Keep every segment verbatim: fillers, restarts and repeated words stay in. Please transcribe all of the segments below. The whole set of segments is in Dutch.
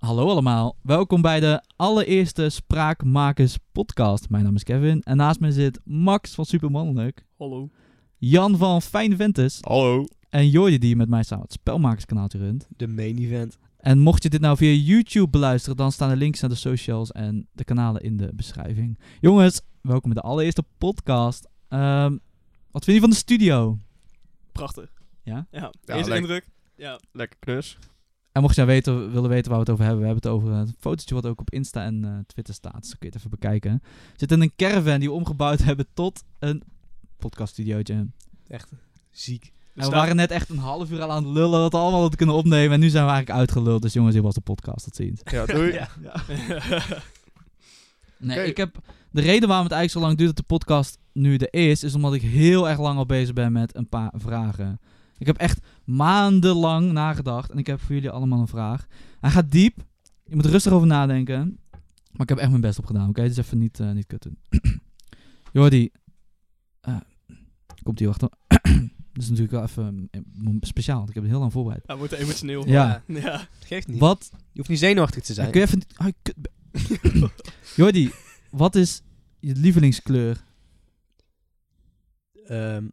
Hallo allemaal, welkom bij de allereerste Spraakmakers podcast. Mijn naam is Kevin en naast me zit Max van Supermannelijk. Hallo. Jan van Fijne Ventus. Hallo. En Jordi die met mij samen het Spelmakerskanaaltje runt. De main event. En mocht je dit nou via YouTube beluisteren, dan staan de links naar de socials en de kanalen in de beschrijving. Jongens, welkom bij de allereerste podcast. Um, wat vind je van de studio? Prachtig. Ja? Ja, Ja, eerste leuk. indruk. Ja. Lekker knus. En mocht je nou weten, willen weten waar we het over hebben, we hebben het over een fotootje wat ook op Insta en uh, Twitter staat. Dus dan kun je het even bekijken. We zitten in een caravan die we omgebouwd hebben tot een podcaststudiootje. Echt ziek. En we waren net echt een half uur al aan het lullen dat we allemaal hadden kunnen opnemen. En nu zijn we eigenlijk uitgeluld. Dus jongens, dit was de podcast. Tot ziens. Ja, doei. Ja. Ja. Nee, Oké. ik heb... De reden waarom het eigenlijk zo lang duurt dat de podcast nu er is, is omdat ik heel erg lang al bezig ben met een paar vragen. Ik heb echt maandenlang nagedacht en ik heb voor jullie allemaal een vraag. Hij gaat diep. Je moet er rustig over nadenken. Maar ik heb echt mijn best op gedaan, oké? Dus even niet, uh, niet kutten. Jordi. Uh, komt hier wachten. Dat is natuurlijk wel even um, speciaal, want ik heb het heel lang voorbereid. Hij wordt emotioneel. Ja. Ja. ja. Geeft niet. Wat? Je hoeft niet zenuwachtig te zijn. Kun je even... Oh, kut. Jordi, wat is je lievelingskleur? Um,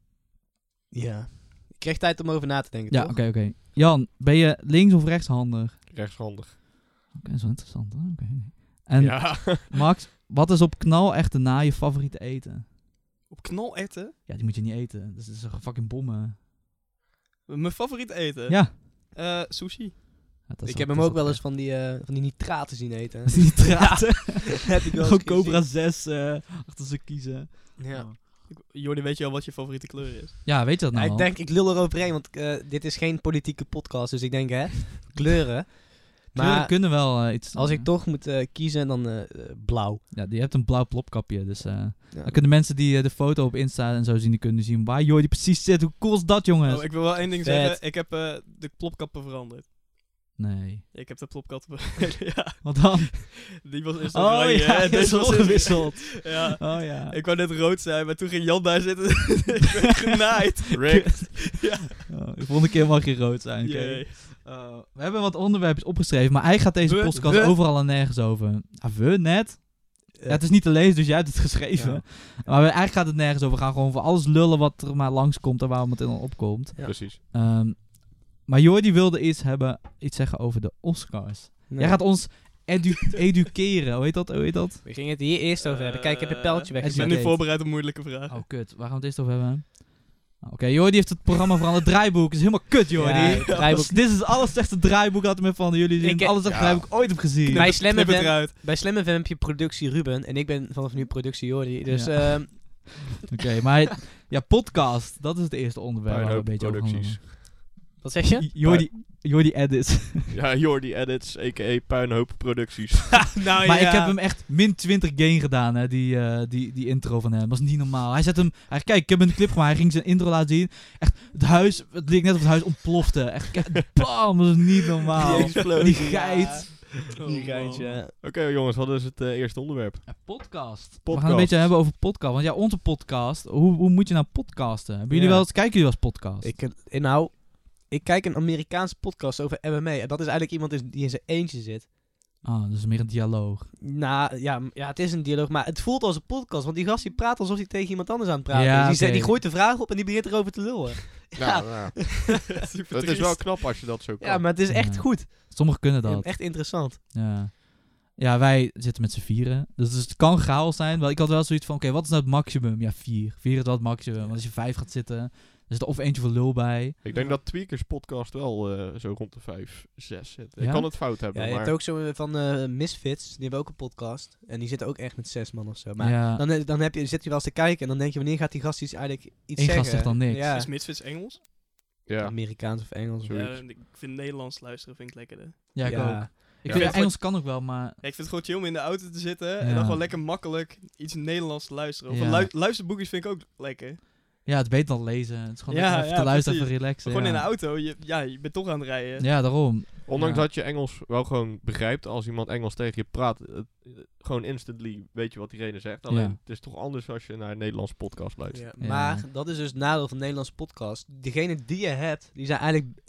ja. Ik krijg tijd om over na te denken, Ja, toch? oké, oké. Okay. Jan, ben je links- of rechtshandig? Rechtshandig. Oké, okay, dat is wel interessant. Hè? Okay. En Ja. Max, wat is op knal echt na je favoriete eten? Op knal eten? Ja, die moet je niet eten. Dat is een fucking bommen. Mijn favoriet eten? Ja. Uh, sushi. Ja, dat Ik is heb dat hem is ook wel dat eens van die, uh, van die nitraten zien eten. Die nitraten. Heb ik wel eens Gewoon gezien. Cobra zes uh, achter ze kiezen. Ja. Oh. Jordi, weet je al wat je favoriete kleur is? Ja, weet je dat nou Ja, ik al? denk, ik lul eroverheen, want uh, dit is geen politieke podcast. Dus ik denk, hè, kleuren. Kleuren Maar kunnen wel uh, iets... als uh, ik toch moet uh, kiezen, dan uh, uh, blauw. Ja, die hebt een blauw plopkapje. Dus uh, Ja. dan kunnen mensen die uh, de foto op Insta en zo zien, die kunnen zien waar Jordi precies zit. Hoe cool is dat, jongens? Oh, ik wil wel één ding Vet. zeggen. Ik heb uh, de plopkappen veranderd. Nee. Ik heb de plopkappen veranderd. Ja. Wat dan? Die was eerst Oh oranje, ja, hè. die is Deze omgewisseld. Ja. Oh ja. Ik wou net rood zijn, maar toen ging Jan daar zitten. Ik ben genaaid. Rick. Ja. Oh, de volgende keer mag je rood zijn. Okay. Jee. Uh, we hebben wat onderwerpjes opgeschreven, maar hij gaat deze We- podcast we- overal en nergens over. Ah, we net? Uh, Ja, het is niet te lezen, dus jij hebt het geschreven. Ja. Maar we, eigenlijk gaat het nergens over. We gaan gewoon voor alles lullen wat er maar langskomt en waarom het in opkomt. Ja. Precies. Um, maar Jordi wilde iets hebben, iets zeggen over de Oscars. nee. Jij gaat ons edu educeren, hoe heet dat? Hoe heet dat? We gingen het hier eerst over hebben. Kijk, ik heb het pijltje Uh, weggezet. Ik ben nu Educate. voorbereid op moeilijke vragen. Oh, kut. Waar gaan we het eerst over hebben? Oh, Oké, okay, Jordi heeft het programma veranderd. Het draaiboek is helemaal kut, Jordi. Ja, het draaiboek. Dit is het allerslechtste draaiboek dat me van jullie zien. Ik- Het allerslechtste ja. draaiboek ooit heb gezien. Bij Slam Knip het F M eruit. Bij Slam F M heb je productie Ruben en ik ben vanaf nu productie Jordi. Dus Ja. ehm, Oké, okay, maar ja, podcast. Dat is het eerste onderwerp waar we een Puinhoop beetje over gaan producties. wat zeg je? doen. Jordi, Jordi edits. Ja, Jordi Edits, a k a. Puinhoop Producties. Nou Maar ja. ik heb hem echt min twintig gain gedaan, hè, die, uh, die, die intro van hem. Dat was niet normaal. Hij zet hem... Hij, kijk, ik heb een clip gemaakt. Hij ging zijn intro laten zien. Echt, het huis... Het leek net of het huis ontplofte. Echt, kijk, bam, dat is niet normaal. Die explosie. Die geit. Oh, Die man. geintje. Oké jongens, wat is het uh, eerste onderwerp? Ja, podcast. We Podcast. gaan een beetje hebben over podcast. Want ja, onze podcast... Hoe, hoe moet je nou podcasten? Hebben jullie Ja. wel eens... Kijken jullie wel eens podcast? Ik, eh, nou, ik kijk een Amerikaanse podcast over M M A. En dat is eigenlijk iemand is- die in zijn eentje zit. Ah, dus meer een dialoog. Nou, ja, m- ja, het is een dialoog, maar het voelt als een podcast. Want die gast die praat alsof hij tegen iemand anders aan het praten Ja, is. Die, oké. zegt- die gooit de vraag op en die begint erover te lullen. Ja, Nou, ja. Super Het is triest. wel knap als je dat zo kan. ja, maar het is echt Ja. goed. Sommigen kunnen Ja, dat. echt interessant. Ja. Ja, wij zitten met z'n vieren. Dus, dus het kan chaos zijn. Wel, ik had wel zoiets van, oké, wat is nou het maximum? Ja, vier. Vier is wel het maximum. Want als je vijf gaat zitten, er zit er of eentje voor lul bij. Ik denk dat Tweakers podcast wel uh, zo rond de vijf, zes zit. Ik Ja? kan het fout hebben, Ja, je maar... hebt ook zo eh, van eh, Misfits, die hebben ook een podcast. En die zitten ook echt met zes man of zo. Maar Ja. dan, eh, dan heb je, zit je wel eens te kijken en dan denk je, wanneer gaat die gast iets eigenlijk iets Eén zeggen? gast zegt dan niks. Ja, Is Misfits Engels? Ja. Amerikaans of Engels. Zo. Ja, Zoiets. ik vind Nederlands luisteren vind ik lekkerder. Ja, ik Ja. ook. Ik Ja. vind Ja. Engels kan ook wel, maar... Ja, ik vind het gewoon chill om in de auto te zitten en Ja. dan gewoon lekker makkelijk iets Nederlands te luisteren. Of Ja. een lu luisterboekjes vind ik ook lekker. Ja, het beter dan lezen. Het is gewoon Ja, lekker even ja, te luisteren, precies. even relaxen. Maar gewoon ja. in de auto, je, ja, je bent toch aan het rijden. Ja, daarom. Ondanks Ja. dat je Engels wel gewoon begrijpt, als iemand Engels tegen je praat, het, gewoon instantly weet je wat diegene zegt. Alleen Ja. het is toch anders als je naar een Nederlandse podcast luistert. Ja, Ja. maar dat is dus het nadeel van Nederlandse podcast. Degene die je hebt, die zijn eigenlijk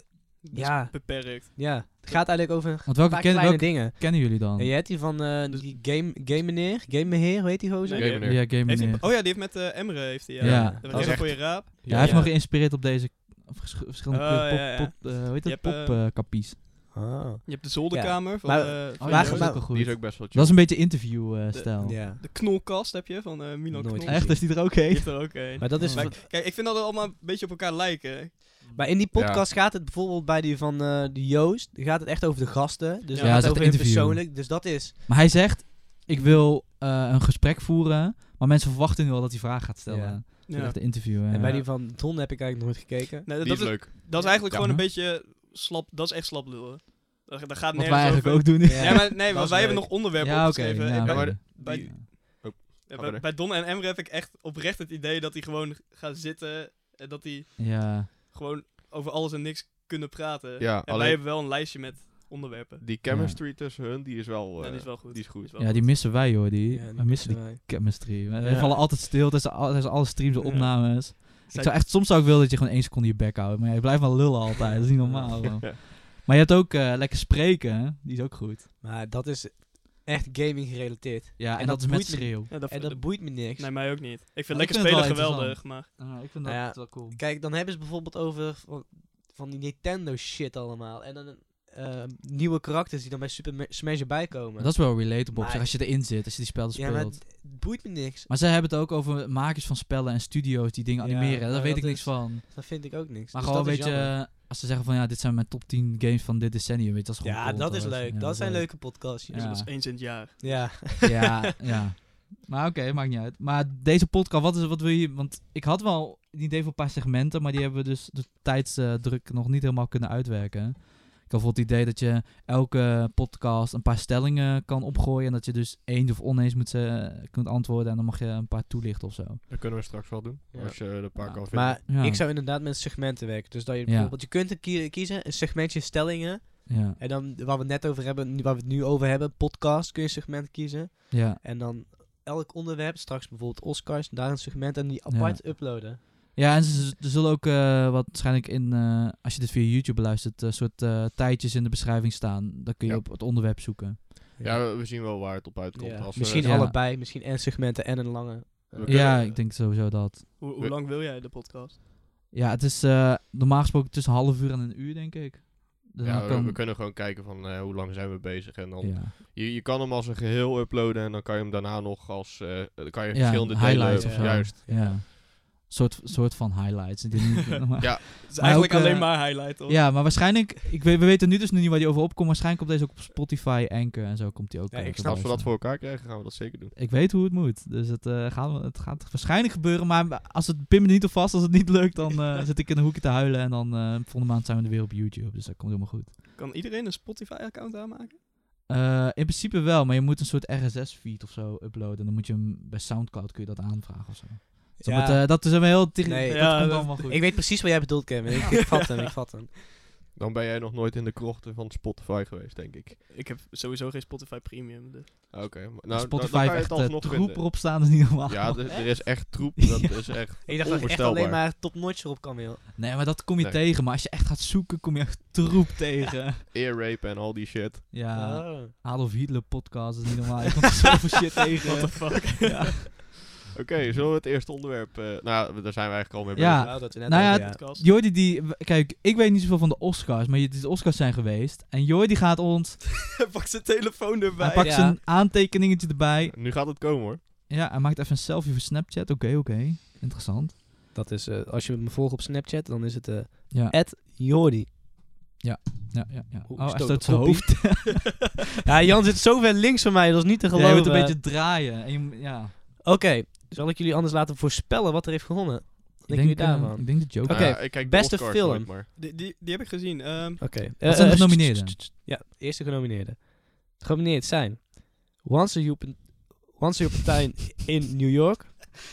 Dus Ja. beperkt. Ja, het gaat eigenlijk over Want een welke, paar ken, kleine welke dingen. kennen jullie dan? En je hebt die van eh, Dus- die game, game meneer, game meneer, hoe heet die gozer? Nee, Game meneer. Ja, Game Heeft hij- Meneer. oh ja, die heeft met eh Emre heeft hij. Ja. Ja. Dat Dat was is echt voor je echt- raap. Ja, hij heeft Ja. me geïnspireerd op deze vers- verschillende Oh, pop, ja, ja. pop, eh, hoe heet Je het? hebt, eh, Popkapies. Ah. Je hebt de zolderkamer van, Maar- eh, van Oh, maar- ja, dat is Joost. ook wel goed. Die is ook best wel chill. Dat is een beetje interview-stijl. Ja. De knolkast heb je van eh Milan Nooit Knol. gezien. Echt, is die er ook Die heen? heeft er ook een. Maar dat is... Maar van- kijk, ik vind dat het allemaal een beetje op elkaar lijken. Maar in die podcast gaat het bijvoorbeeld bij die van eh die Joost, gaat het echt over de gasten. Dus Ja, ja, het het is over echt hun interview. persoonlijk. Dus dat is... Maar hij zegt, ik wil eh, een gesprek voeren, maar mensen verwachten nu al dat hij vragen gaat stellen. Ja. Het is Ja. echt een interview. En ja. bij die van Ton heb ik eigenlijk nooit gekeken. Nee, Die dat, is is, leuk. dat is eigenlijk Ja. gewoon een Ja. beetje slap. Dat is echt slap lullen. Dat, dat gaat Wat nergens wij eigenlijk over. ook doen. Ja. Ja, maar nee, Dat want is wij hebben leuk. nog onderwerpen Ja, oké. opgeschreven. ja, En bij, maar oké. de- bij, Die- ja, ga bij, verder. bij Don en Emre heb ik echt oprecht het idee dat die gewoon gaat zitten en dat die Ja. gewoon over alles en niks kunnen praten. Ja, en alleen- wij hebben wel een lijstje met onderwerpen. Die chemistry tussen hun, die is wel, Ja, eh, die is wel goed. Die is goed. Die is wel ja, goed. die missen wij hoor. Die. Ja, die we missen die wij. chemistry. Wij wij Ja. vallen altijd stil tussen, al, tussen alle streams en Ja. opnames. Ik Zij- zou echt, soms zou ik willen dat je gewoon één seconde je bek houdt. Maar ja, je blijft maar lullen altijd. Dat is niet normaal. gewoon. Ja. Maar je hebt ook eh, lekker spreken. Hè? Die is ook goed. Maar dat is echt gaming gerelateerd. Ja, en, En dat, dat is met boeit me- schreeuw. Ja, dat, En dat boeit me niks. nee, mij ook niet. Ik vind Maar lekker ik vind het spelen wel geweldig, maar... Ah, ik vind Nou ja, wel cool. Kijk, dan hebben ze bijvoorbeeld over van, van die Nintendo shit allemaal. En dan eh, nieuwe karakters die dan bij Super Ma- Smash erbij komen. Dat is wel relatable. Maar- zeg, als je erin zit, als je die spellen ja, maar speelt. het het boeit me niks. Maar zij hebben het ook over makers van spellen en studio's die dingen Ja, animeren. Daar maar weet dat ik niks is- van. Dat vind ik ook niks. Maar Dus gewoon, dat is weet jammer. je, als ze zeggen van ja, dit zijn mijn top tien games van dit decennium, weet je, dat is gewoon Ja, cool, dat is toch? leuk. Ja, dat is zijn leuk. leuke podcastjes. Dus Ja. dat is eens in het jaar. Ja. Ja, ja. Maar oké, maakt niet uit. Maar deze podcast, wat, is, wat wil je... Want ik had wel een idee voor een paar segmenten, maar die hebben we dus de tijdsdruk nog niet helemaal kunnen uitwerken. Ik had bijvoorbeeld het idee dat je elke podcast een paar stellingen kan opgooien en dat je dus eens of oneens moet, uh, kunt antwoorden en dan mag je een paar toelichten of zo. Dat kunnen we straks wel doen. Ja. Als je er een paar Ja. kan vinden. Maar Ja. ik zou inderdaad met segmenten werken. Dus dat je Ja. bijvoorbeeld, je kunt een kie- kiezen, een segmentje stellingen. Ja, En dan, waar we het net over hebben, nu- waar we het nu over hebben, podcast, kun je een segment kiezen. ja. En dan elk onderwerp, straks bijvoorbeeld Oscars, daar een segment en die apart uploaden. Ja, en ze, er zullen ook uh, wat waarschijnlijk in, uh, als je dit via YouTube beluistert, een uh, soort uh, tijdjes in de beschrijving staan. Dan kun je Ja. op het onderwerp zoeken. Ja, we, we zien wel waar het op uitkomt. Ja. Als we- Misschien Ja. allebei, misschien en segmenten en een lange. We Uh, kunnen- Ja, ik denk sowieso dat. Hoe, hoe We- lang wil jij de podcast? Ja, het is uh, normaal gesproken tussen een half uur en een uur, denk ik. Dus ja, dan we, kan, we kunnen gewoon kijken van uh, hoe lang zijn we bezig. En dan, ja. je, je kan hem als een geheel uploaden en dan kan je hem daarna nog als... uh, dan kan je Ja, verschillende highlights delen... of zo. Juist. Ja. Soort, soort van highlights. Die niet- maar- Ja, Het is Maar eigenlijk ook, eh, alleen maar highlight, toch? Ja, maar waarschijnlijk, ik weet, we weten nu dus nog niet waar die over opkomt. Waarschijnlijk komt deze ook op Spotify, Anchor en zo komt die ook. Ja, eh, ik te snap als we dat voor luisteren. elkaar krijgen, gaan we dat zeker doen. Ik weet hoe het moet. Dus het, uh, gaat, het gaat waarschijnlijk gebeuren. Maar als het pin me niet op vast, als het niet lukt, dan uh, zit ik in een hoekje te huilen. En dan uh, volgende maand zijn we er weer op YouTube. Dus dat komt helemaal goed. Kan iedereen een Spotify-account aanmaken? Uh, in principe wel, maar je moet een soort R S S-feed of zo uploaden. Dan moet je hem bij Soundcloud kun je dat aanvragen of zo. Dus Ja. dat, uh, dat is een heel... Tegen, Nee, dat ja, komt dat- allemaal goed. Ik weet precies wat jij bedoelt, Kevin. Ik, ik vat hem, ik vat hem. Dan ben jij nog nooit in de krochten van Spotify geweest, denk ik. Ik heb sowieso geen Spotify Premium. Dus. Oké, okay, maar nou, Spotify dan, dan heeft kan je echt het uh, alsnog troep vinden. erop staan, dat is niet normaal. Ja, d- er is echt troep. Dat Ja. is echt Ik dacht dat je echt alleen maar top-notch erop kan, wil. Nee, maar dat kom je Nee. tegen. Maar als je echt gaat zoeken, kom je echt troep tegen. Ear rape en al die shit. Ja, Oh. Adolf Hitler podcast, dat is niet normaal. Je komt er zoveel shit tegen. What the fuck? Ja. Oké, okay, zullen we het eerste onderwerp... Uh, nou, daar zijn we eigenlijk al mee Ja. bezig. Nou, dat we net Nou ja, over, Podcast. Jordi die... w- Kijk, ik weet niet zoveel van de Oscars, maar je- de Oscars zijn geweest. En Jordi gaat ons... Pak zijn telefoon erbij. Hij pakt Ja. zijn aantekeningetje erbij. Nu gaat het komen, hoor. Ja, hij maakt even een selfie voor Snapchat. Oké, oké. Interessant. Dat is, uh, als je me volgt op Snapchat, dan is het uh, Ja, at Jordi. ja, ja. ja. Oeh, Oh, hij stoot stoot de zijn koppie. hoofd. Ja, Jan zit zo ver links van mij, dat is niet te Ja, geloven. je moet een beetje draaien. En je, moet- ja. Oké, zal ik jullie anders laten voorspellen wat er heeft gewonnen? Wat Ik denken jullie denk, eh, daarvan? ik denk de Joker. Oké, Nou ja, ik kijk de beste Oscars film. nooit, maar... Die, die, die heb ik gezien. Ehm, Oké. Wat zijn de eh, genomineerden? Ja, eerste genomineerden. Genomineerd zijn Once Upon, Once Upon a Time in New York.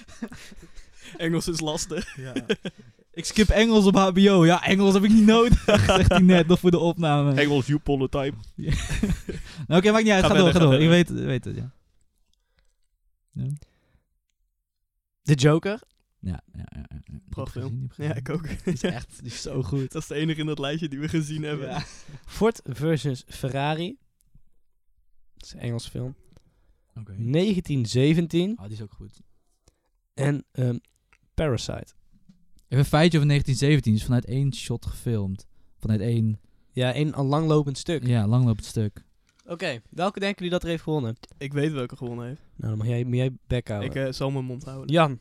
Engels is lastig. Ik skip Engels op H B O. Ja, Engels heb ik niet nodig. Zegt hij net nog voor de opname. Engels, you all the time. Nou, Oké, maakt niet uit. Ga Ga, door, verder, ga ga door. Ik verder. weet, weet het, ja. ja. The Joker. Ja, ja, ja. ja. Die heb ik Prachtfilm. gezien, die heb ik Ja, gezien. ik ook. Die is echt, die is zo goed. Dat is de enige in dat lijstje die we gezien hebben. Ja. Ford versus Ferrari. Dat is een Engels film. Oké. negentien zeventien. Ah, die is ook goed. En um, Parasite. Even een feitje over negentien zeventien. is vanuit één shot gefilmd. Vanuit één, Ja, een, een langlopend stuk. ja, langlopend stuk. Oké, welke denken jullie dat er heeft gewonnen? Ik weet welke gewonnen heeft. Nou, dan mag jij, moet jij bek houden. Ik eh, zal mijn mond houden. Jan,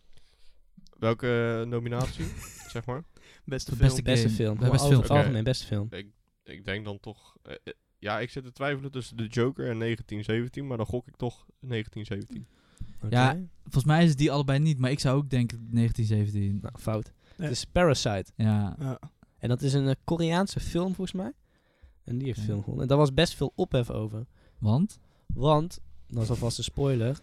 Welke eh, nominatie, zeg maar? Beste De film. beste beste game. film. Ja, beste Over film. het Oké. algemeen, beste film. Ik denk dan toch... eh, eh, ja, ik zit te twijfelen tussen de Joker en negentien zeventien, maar dan gok ik toch negentien zeventien. Oké. Ja. Volgens mij is het die allebei niet, maar ik zou ook denken negentien zeventien. Nou, fout. Ja. Het is Parasite. Ja. Ja. En dat is een eh, Koreaanse film, volgens mij. En die heeft Oké. film gewonnen. En daar was best veel ophef over. Want? Want, dat is alvast een spoiler.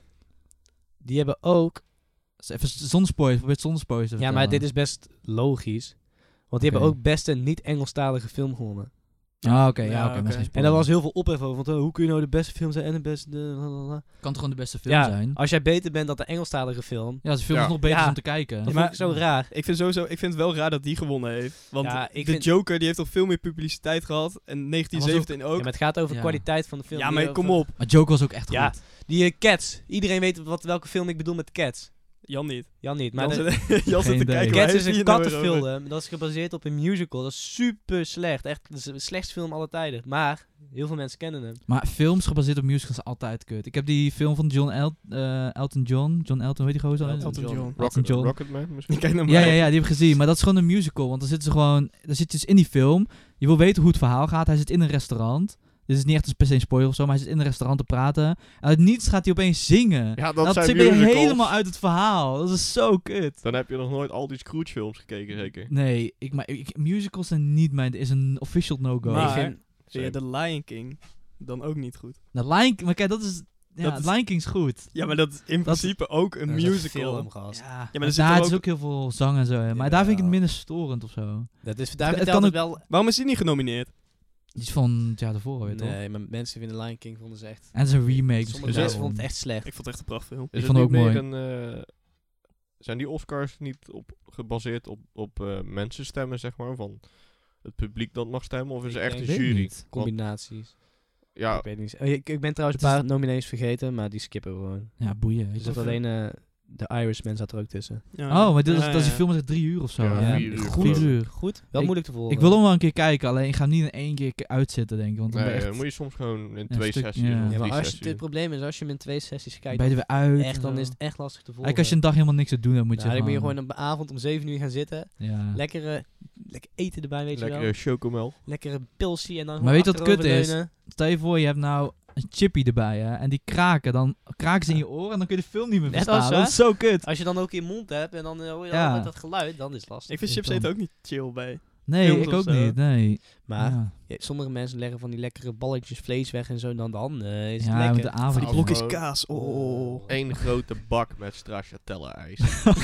Die hebben ook... Dus even zonder spoilers. Probeer het zonder spoilers te Ja, maar vertellen. dit is best logisch. Want die Oké. hebben ook best een niet-Engelstalige film gewonnen. Ah, oké. ja, Ja, oké. maar oké. is geen En spoiler. daar was heel veel ophef over. Want eh, hoe kun je nou de beste film zijn en de beste... de lalala. Kan toch gewoon de beste film Ja, zijn? als jij beter bent dan de Engelstalige film... Ja, de film Ja. is nog beter Ja. om te kijken. Dat Ja, vond maar- ik zo raar. Ik vind, sowieso, ik vind het wel raar dat die gewonnen heeft. Want Ja, ik de vind- Joker die heeft toch veel meer publiciteit gehad. En negentien zeventien ook. Ja, maar het gaat over Ja. kwaliteit van de film. Ja, niet maar kom over- op. Maar Joker was ook echt Ja. goed. Die eh, Cats. Iedereen weet wat, welke film ik bedoel met Cats. Jan niet. Jan niet. Maar Jan de, zit, Jan zit Geen te idee. kijken. Cats waar is heeft een hij het nou weer over? kattenfilm. Dat is gebaseerd op een musical. Dat is super slecht. Echt, dat is de slechtste film aller tijden. Maar heel veel mensen kennen hem. Maar films gebaseerd op musicals zijn altijd kut. Ik heb die film van John El uh, Elton John. John Elton, weet je gozer? Elton Elton John. John. Elton Rocket, John. Rocketman misschien? Kijk naar Ja, mij. ja, ja, die heb ik gezien. Maar dat is gewoon een musical. Want dan zitten ze gewoon... Dan zit je dus in die film. Je wil weten hoe het verhaal gaat. Hij zit in een restaurant. Dit is niet echt een per se een spoiler of zo. Maar hij zit in een restaurant te praten. En uit niets gaat hij opeens zingen. Ja, dat, dat zijn zit ben je musicals. helemaal uit het verhaal. Dat is zo kut. Dan heb je nog nooit al die Scrooge films gekeken, zeker? Nee, ik, maar ik, musicals zijn niet mijn... is een official no-go. Maar- Ik vind, Vind je The Lion King dan ook niet goed? De Lion King... Maar kijk, dat is... Ja, Dat is- Lion King is goed. Ja, maar dat is in principe ook een dat is een musical. film, gast. Ja, maar maar er zit daar er is ook- ook heel veel zang en zo. Hè. Maar daar vind ik het Ja. minder storend of zo. Dat is, daar Het- het vertelt kan het wel... Waarom is die niet genomineerd? Die is van het jaar daarvoor, weet je toch? Nee, maar mensen vinden Lion King vonden ze echt... En het is een remake. Sommige dus mensen daarom. vonden het echt slecht. Ik vond het echt een prachtfilm. Ik Is vond het het ook niet mooi. meer een, eh, zijn die Oscars niet op, gebaseerd op, op eh, mensenstemmen, zeg maar? Van het publiek dat mag stemmen? Of is het Ik echt een denk- weet jury? niet. Want, Combinaties. ja, Ik weet niet. Oh, ik, ik ben trouwens Het een is- paar nominees vergeten, maar die skippen we gewoon. Ja, boeien. Er weet zat je. alleen eh, de Irishman zat er ook tussen. Ja. Oh, maar dit is, Ja, dat is die ja. film is echt drie uur of zo. Ja, hè? vier uur, Goed geloof ik. uur. Goed? Wel Ik- moeilijk te volgen. Ik wil hem wel een keer kijken, alleen ik ga hem niet in één keer k- uitzitten, denk ik. Want dan nee, ben je dan echt, moet je soms gewoon in Ja, twee stuk- sessies ja. of Ja, Ja, drie maar als je, sessies. het probleem is, als je hem in twee sessies kijkt, ben je er weer uit. echt, en dan zo. is het echt lastig te volgen. Eigenlijk als je een dag helemaal niks te doen hebt, moet je ja, dan moet je gewoon... gewoon op de avond om zeven uur gaan zitten. Ja. Lekker, eh, lekker eten erbij, weet je Lekkere wel. chocomel. Lekkere pilsie en dan Maar weet je wat kut is? achteroverleunen. Stel je voor, je hebt nou een chippy erbij, hè. En die kraken, dan kraken ze in je oren en dan kun je de film niet meer Net verstaan. als, Dat hè? is zo kut. Als je dan ook in je mond hebt en dan eh, hoor je Ja. altijd dat geluid, dan is het lastig. Ik vind Ik chips dan. eten ook niet chill bij. Nee, films ik of ook zo. niet, nee. Maar ja, ja, sommige mensen leggen van die lekkere balletjes vlees weg en zo, dan, dan eh, is het ja met lekker. de avond. Die Of blokjes gewoon- kaas. Oh. Eén grote bak met stracciatella-ijs.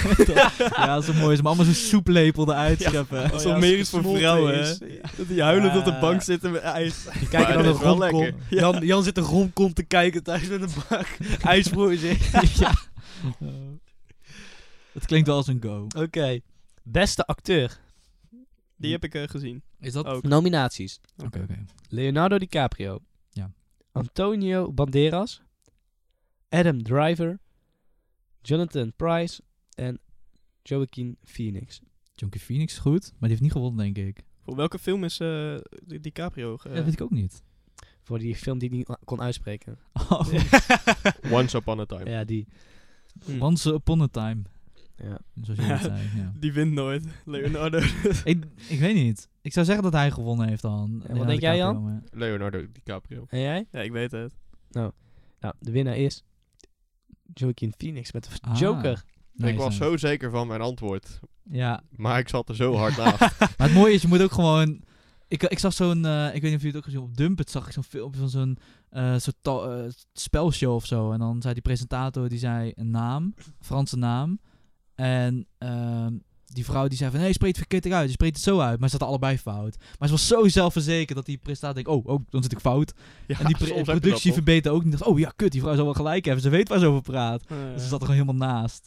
Ja, dat is zo mooi. Ze maar allemaal zo'n soeplepel eruit Ja. scheppen. Dat is wel meer iets voor vrouwen, hè? Dat die huilend op de Ja. bank zitten met ijs. Die kijken Maar dan het een is wel romcom. lekker. Jan, Jan zit een romcom te kijken thuis met een bak ijs voor zich. Ja. Het klinkt wel als een go. Oké. Beste acteur. Die heb ik eh, gezien. Is dat... Ook. Nominaties. Oké, oké. Leonardo DiCaprio. Ja. Antonio Banderas. Adam Driver. Jonathan Pryce. En Joaquin Phoenix. Joaquin Phoenix is goed, maar die heeft niet gewonnen, denk ik. Voor welke film is eh Di- DiCaprio? ge- Ja, dat weet ik ook niet. Voor die film die ik niet kon uitspreken. Oh. Once Upon a Time. Ja, die. Hm. Once Upon a Time. Ja. Zoals je net zei, ja. Die wint nooit. Leonardo. ik, ik weet niet. Ik zou zeggen dat hij gewonnen heeft dan. En wat denk jij, Jan? DiCaprio, maar- Leonardo DiCaprio. En jij? ja, ik weet het. Nou, de winnaar is Joaquin Phoenix met de Ah. Joker. Nice, ik was hè. zo zeker van mijn antwoord. Ja, Maar ik zat er zo hard naast. maar het mooie is, je moet ook gewoon... Ik, ik zag zo'n... eh, ik weet niet of jullie het ook gezien hebben. Op Dumpet zag ik zo'n filmpje van zo'n eh soort ta- eh, spelshow of zo. En dan zei die presentator, die zei een naam. Franse naam. En ehm, die vrouw die zei van... Nee, spreek het verkeerd uit. Je spreekt het zo uit. Maar ze hadden allebei fout. Maar ze was zo zelfverzekerd dat die presentator denkt... Oh, oh, dan zit ik fout. Ja, en die pre- soms heb je dat productie toch. verbeterde ook niet. Dacht, oh ja, kut, die vrouw zou wel gelijk hebben. Ze weet waar ze over praat. Eh, Dus ze zat er gewoon helemaal naast.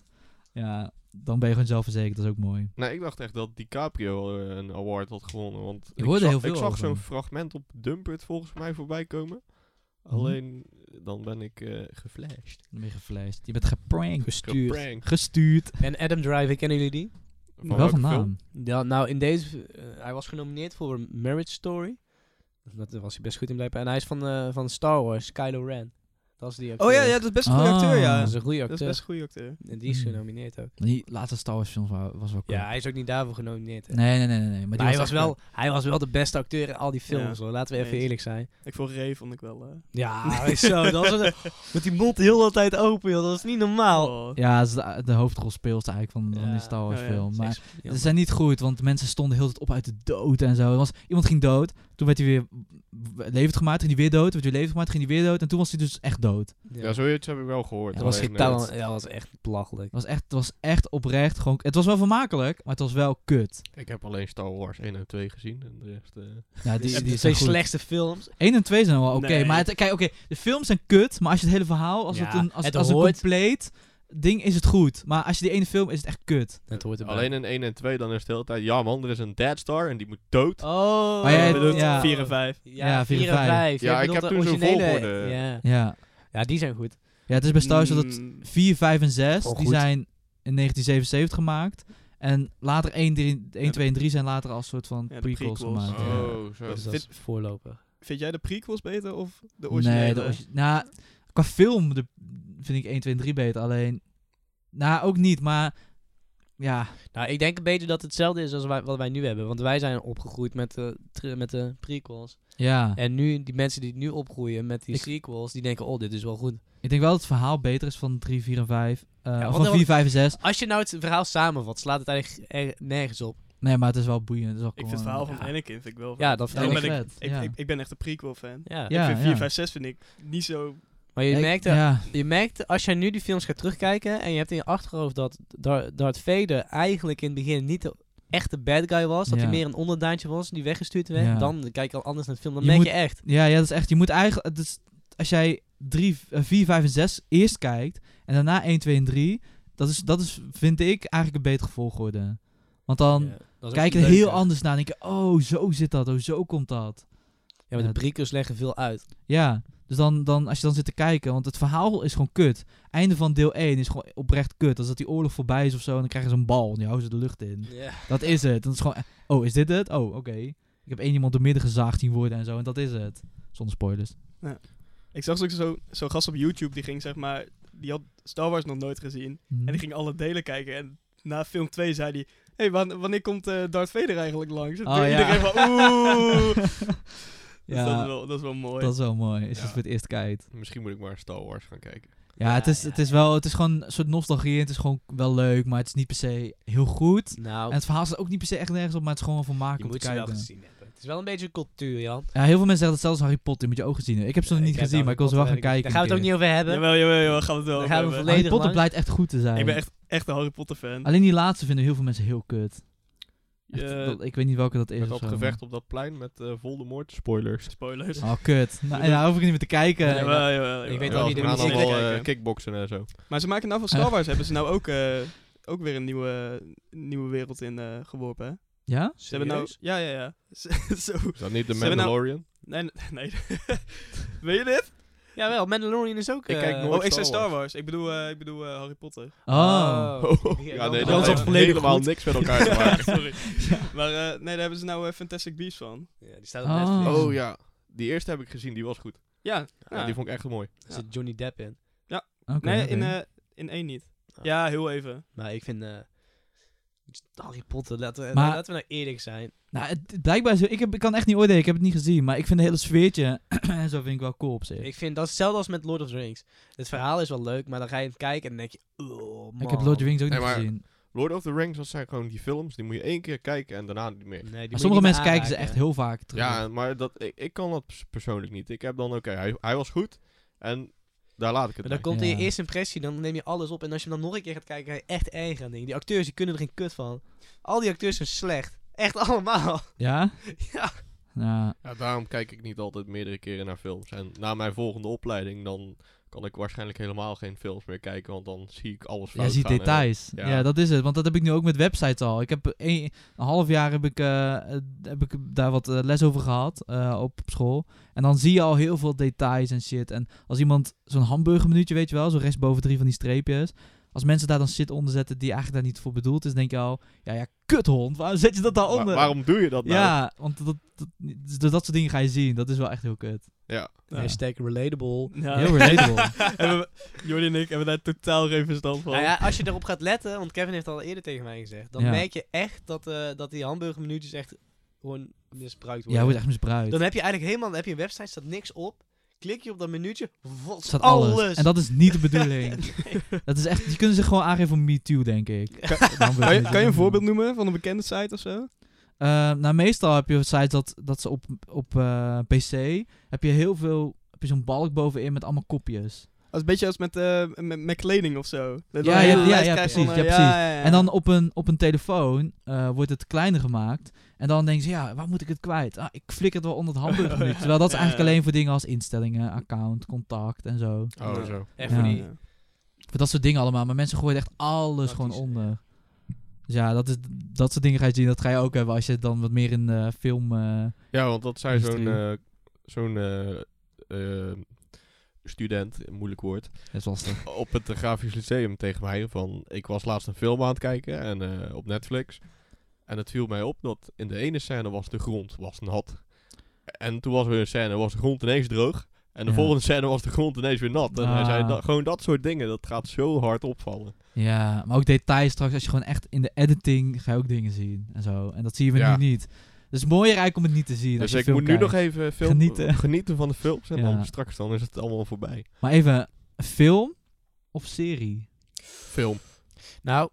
Ja, dan ben je gewoon zelfverzekerd. Dat is ook mooi. Nee, ik dacht echt dat DiCaprio uh, een award had gewonnen. Want Ik hoorde zag, heel veel Ik zag over zo'n hem. fragment op Dumpert volgens mij voorbij komen. Mhm. Alleen, dan ben ik uh, geflasht. Dan ben je geflasht. Je bent geprankt. Gestuurd. Geprankt. Gestuurd. En Adam Driver, kennen jullie die? Van Wel welke van film? naam. Ja, nou, in deze... eh, hij was genomineerd voor Marriage Story. Dat was hij best goed in blijkbaar. En hij is van, eh, van Star Wars, Kylo Ren. Dat is die acteur. Oh ja, ja, dat is best een goede Ah. acteur, ja. Dat is een goede Dat is acteur. best een goede acteur. En die is Hmm. genomineerd ook. Die laatste Star Wars film was, was wel cool. Ja, hij is ook niet daarvoor genomineerd. hè. Nee, nee, nee, nee. nee. Maar, Maar die hij, was echt wel, hij was wel de beste acteur in al die films, Ja. hoor. Laten we even Eens. eerlijk zijn. Ik vond Ray vond ik wel... eh, Ja, zo. Dat was een, met die mond heel de hele tijd open, joh. Dat is niet normaal. oh. Ja, dat is de, de hoofdrolspeelster eigenlijk van, van Ja. die Star Wars Oh ja, film. Maar Ja. ze zijn niet goed, want mensen stonden heel de tijd op uit de dood en zo. Er was, iemand ging dood, toen werd hij weer w- levend gemaakt, ging hij weer dood, werd weer levend gemaakt, ging hij weer dood. En toen was hij dus echt dood. Ja. Ja, zoiets heb ik wel gehoord. dat was Alleen, geen eh, talent. Ja, dat was echt belachelijk. Het was echt, het was echt oprecht gewoon... Het was wel vermakelijk, maar het was wel kut. ik heb alleen Star Wars één en twee gezien. En de rest... eh, Ja, Die, die, die die twee zijn goed. slechtste films. één en twee zijn wel oké, Nee. maar het, kijk, oké, de films zijn kut, maar als je het hele verhaal, als Ja, het een, als, het als een hoort. compleet ding is het goed. Maar als je die ene film is het echt kut. Dat hoort erbij. alleen in één en twee dan is het de hele tijd... Ja man, er is een Dead Star en die moet dood. Oh. Maar jij- Je bedoelt ja. vier en vijf. Ja, Ja, vier vier en en vijf. Ja, Jij ik bedoelt heb de toen zo'n originele- volgorde. Ja. Ja, ja, die zijn goed. ja het is bij Star Wars dat het Mm, vier, vijf en zes, Oh, die goed. zijn in negentien zevenenzeventig gemaakt. En later één, drie, één Ja, twee en drie zijn later als soort van Ja, de prequels, prequels. gemaakt. ja. Oh, zo. Dus dat is voorloper. Vind jij de prequels beter of de originele? Nee, de origi- nou, qua film de, vind ik één, twee en drie beter. Alleen, nou ook niet, maar ja, Nou, ik denk een beetje dat het hetzelfde is als wij, wat wij nu hebben. Want wij zijn opgegroeid met de, tr- met de prequels. ja. En nu, die mensen die nu opgroeien met die Ik- sequels, die denken, oh, dit is wel goed. Ik denk wel dat het verhaal beter is van drie, vier en vijf. Uh, Ja, of want van er- vier, vijf en zes. Als je nou het verhaal samenvat, slaat het eigenlijk er- nergens op. Nee, maar het is wel boeiend. Het is wel Ik vind cool. het verhaal van ja. Anakin vind ik wel Ja, dat vet. vind Ja, ik ben wel ik, vet, ik, ja. ik, ik ben echt een prequel fan. Ja. Ja. ik vind vier, vijf, zes vind ik niet zo... Maar je Ik- merkt, ja. je merkt, als jij nu die films gaat terugkijken en je hebt in je achterhoofd dat Dar- Darth Vader eigenlijk in het begin niet de echte bad guy was, dat Ja. hij meer een onderdaantje was die weggestuurd werd, Ja. dan kijk je al anders naar de film. Dan Je merk moet- je echt. Ja, ja, dat is echt. Je moet eigenlijk. Het is, als jij drie, eh, vier, vijf en zes eerst kijkt. En daarna één, twee en drie. Dat is, dat is, vind ik, eigenlijk een betere volgorde. Want dan Ja, dat is ook kijk je er leuker. heel anders naar. En denk je, oh, zo zit dat. Oh, zo komt dat. Ja, maar de prequels leggen veel uit. Ja, dus dan, dan, als je dan zit te kijken. Want het verhaal is gewoon kut. Einde van deel één is gewoon oprecht kut. Als dat die oorlog voorbij is of zo. En dan krijgen ze een bal. En die houden ze de lucht in. Ja. Dat is het. Dan is het gewoon, oh, is dit het? Oh, oké. Ik heb één iemand door midden gezaagd zien worden en zo. En dat is het. Zonder spoilers. Ik zag zo'n zo, zo'n gast op YouTube, die ging zeg maar... Die had Star Wars nog nooit gezien. Mhm. En die ging alle delen kijken. En na film twee zei hij... Hé, hey, wan- wanneer komt eh Darth Vader eigenlijk langs? En Oh, toen ja. iedereen van... Oeh! Dus Ja, dat, is wel, dat is wel mooi. dat is wel mooi. Is Ja. het voor het eerst kijkt. Misschien moet ik maar Star Wars gaan kijken. Ja, Ja, het, is, ja, het is wel, het is gewoon een soort nostalgie. En het is gewoon wel leuk, maar het is niet per se heel goed. Nou, En het verhaal staat ook niet per se echt nergens op, maar het is gewoon wel je vermakelijk om moet te ze wel kijken. gezien hebben. Het is wel een beetje een cultuur, Jan. Ja, heel veel mensen zeggen hetzelfde als Harry Potter. Moet je ook gezien hebben. Ik heb ze nog Ja, niet ik heb gezien, maar ik wil ze wel gaan Harry kijken. Potter- Daar gaan we het ook niet over hebben. Jawel, jawel, jawel, gaan we het wel Dan over gaan we hebben. volledig- Harry Potter lang. blijkt echt goed te zijn. Ik ben echt, echt een Harry Potter fan. Alleen die laatste vinden heel veel mensen heel kut. Echt, Je- dat- ik weet niet welke dat is. Met of dat zo, gevecht op dat plein met eh, Voldemort. Spoilers. Spoilers. maar- Oh, kut. Nou, ja, hoef ik niet meer te kijken. Nee, Jawel, jawel, jawel. ik weet Ja, ook niet we hoe gaan die allemaal zeker eh, kijken. kickboksen en zo. Maar ze maken nou van Star Wars, hebben ze nou ook, eh, ook weer een nieuwe, nieuwe wereld in eh, geworpen, hè? Ja? Ze hebben nou... Ja, ja, ja. Zo. Is dat niet de Ze hebben nou- Mandalorian? Nee, nee. Weet je dit? Jawel, Mandalorian is ook... Ik kijk eh, nooit- Oh, ik Star zei Star Wars. Wars. Ik bedoel, eh, ik bedoel eh, Harry Potter. Oh. ja, nee, dat dat is heeft volledig helemaal goed. niks met elkaar te maken. Sorry. Maar eh, nee, daar hebben ze nou eh, Fantastic Beasts van. Ja, die staat op Oh. Netflix. Oh ja, die eerste heb ik gezien, die was goed. Ja. Ja, ja. die vond ik echt mooi. Er zit Johnny Depp in. Oké, Nee, oké. in, eh, in één niet. Ah. Ja, heel even. Maar ik vind... eh, Harry Potter, laten we, Maar- laten we nou eerlijk zijn. Nou, het, blijkbaar is, ik, heb, ik kan echt niet oordelen, ik heb het niet gezien. Maar ik vind het hele sfeertje en zo vind ik wel cool op zich. Ik vind dat is hetzelfde als met Lord of the Rings. Het verhaal is wel leuk, maar dan ga je het kijken en dan denk je... Oh, man. Ik heb Lord of the Rings ook Nee, niet maar- gezien. Lord of the Rings, dat zijn gewoon die films, die moet je één keer kijken en daarna niet meer. Nee, die Maar moet je sommige niet mensen meer kijken ze aanraken. echt heel vaak terug. Ja, maar dat, ik, ik kan dat pers- persoonlijk niet. Ik heb dan, oké, hij, hij was goed en daar laat ik het Maar dan bij. komt in je Ja. eerste impressie, dan neem je alles op. En als je hem dan nog een keer gaat kijken, ga je echt erg aan dingen. Die acteurs, die kunnen er geen kut van. Al die acteurs zijn slecht. Echt allemaal. Ja? Ja. Ja. Ja, daarom kijk ik niet altijd meerdere keren naar films. En na mijn volgende opleiding, dan kan ik waarschijnlijk helemaal geen films meer kijken, want dan zie ik alles Ja, fout je ziet gaan en- details. Ja. ja. dat is het. Want dat heb ik nu ook met websites al. Ik heb een, een half jaar heb ik, eh, eh, heb ik daar wat eh, les over gehad eh, op school. En dan zie je al heel veel details en shit. En als iemand zo'n hamburgermenuutje, weet je wel, zo rechtsboven drie van die streepjes. Als mensen daar dan shit onder zetten die eigenlijk daar niet voor bedoeld is, denk je al, ja, ja, kuthond, waarom zet je dat daar Wa- onder? waarom doe je dat nou? Ja, want dat, dat, dus dat soort dingen ga je zien. Dat is wel echt heel kut. Ja. Ja. Hashtag relatable. Ja. Heel relatable. En we- Jordi en ik hebben daar totaal geen verstand van. Nou ja, als je erop gaat letten, want Kevin heeft al eerder tegen mij gezegd, dan Ja. merk je echt dat, eh, dat die hamburgermenuutjes echt gewoon misbruikt Ja, worden. wordt echt misbruikt. Dan heb je eigenlijk helemaal, dan heb je een website, staat niks op. Klik je op dat minuutje, wat staat alles. alles. En dat is niet de bedoeling. Dat is echt, die kunnen zich gewoon aangeven voor MeToo, denk ik. Dan Kan je, kan je een voorbeeld noemen van een bekende site of zo? Uh, nou, meestal heb je sites dat, dat ze op, op uh, P C heb je heel veel, heb je zo'n balk bovenin met allemaal kopjes. Dat is een beetje als met, eh, met, met kleding of zo. Dat Ja, je ja, een ja, lijst ja, krijgt precies, van, eh, ja, precies. ja, ja. En dan op een, op een telefoon uh, wordt het kleiner gemaakt. En dan denken ze, ja, waar moet ik het kwijt? Ah, ik flikker het wel onder het hamburgermenu. Terwijl dat is Ja, eigenlijk ja. alleen voor dingen als instellingen, account, contact en zo. Oh, Ja. zo. Echt Ja. voor die... Ja. Voor dat soort dingen allemaal. Maar mensen gooien echt alles Dat gewoon is- onder. Dus ja, dat, is, dat soort dingen ga je zien. Dat ga je ook hebben als je dan wat meer in de film... Uh, Ja, want dat zei zo'n Industrie. eh, zo'n eh, eh, student, een moeilijk woord, dat is lastig. op het grafisch lyceum tegen mij van, ik was laatst een film aan het kijken en eh, op Netflix. En het viel mij op dat in de ene scène was de grond was nat. En toen was er een scène, was de grond ineens droog. En de Ja. volgende scène was de grond ineens weer nat. En hij zei, Ah. dat, gewoon dat soort dingen, dat gaat zo hard opvallen. Ja, maar ook details straks. Als je gewoon echt in de editing ga je ook dingen zien. En zo. En dat zie je Ja. nu niet. Dus mooier eigenlijk om het niet te zien. als Dus je ik film moet nu kijkt. nog even film, Genieten. genieten van de films. En Ja. dan straks dan is het allemaal voorbij. Maar even, een film of serie? Film. Nou,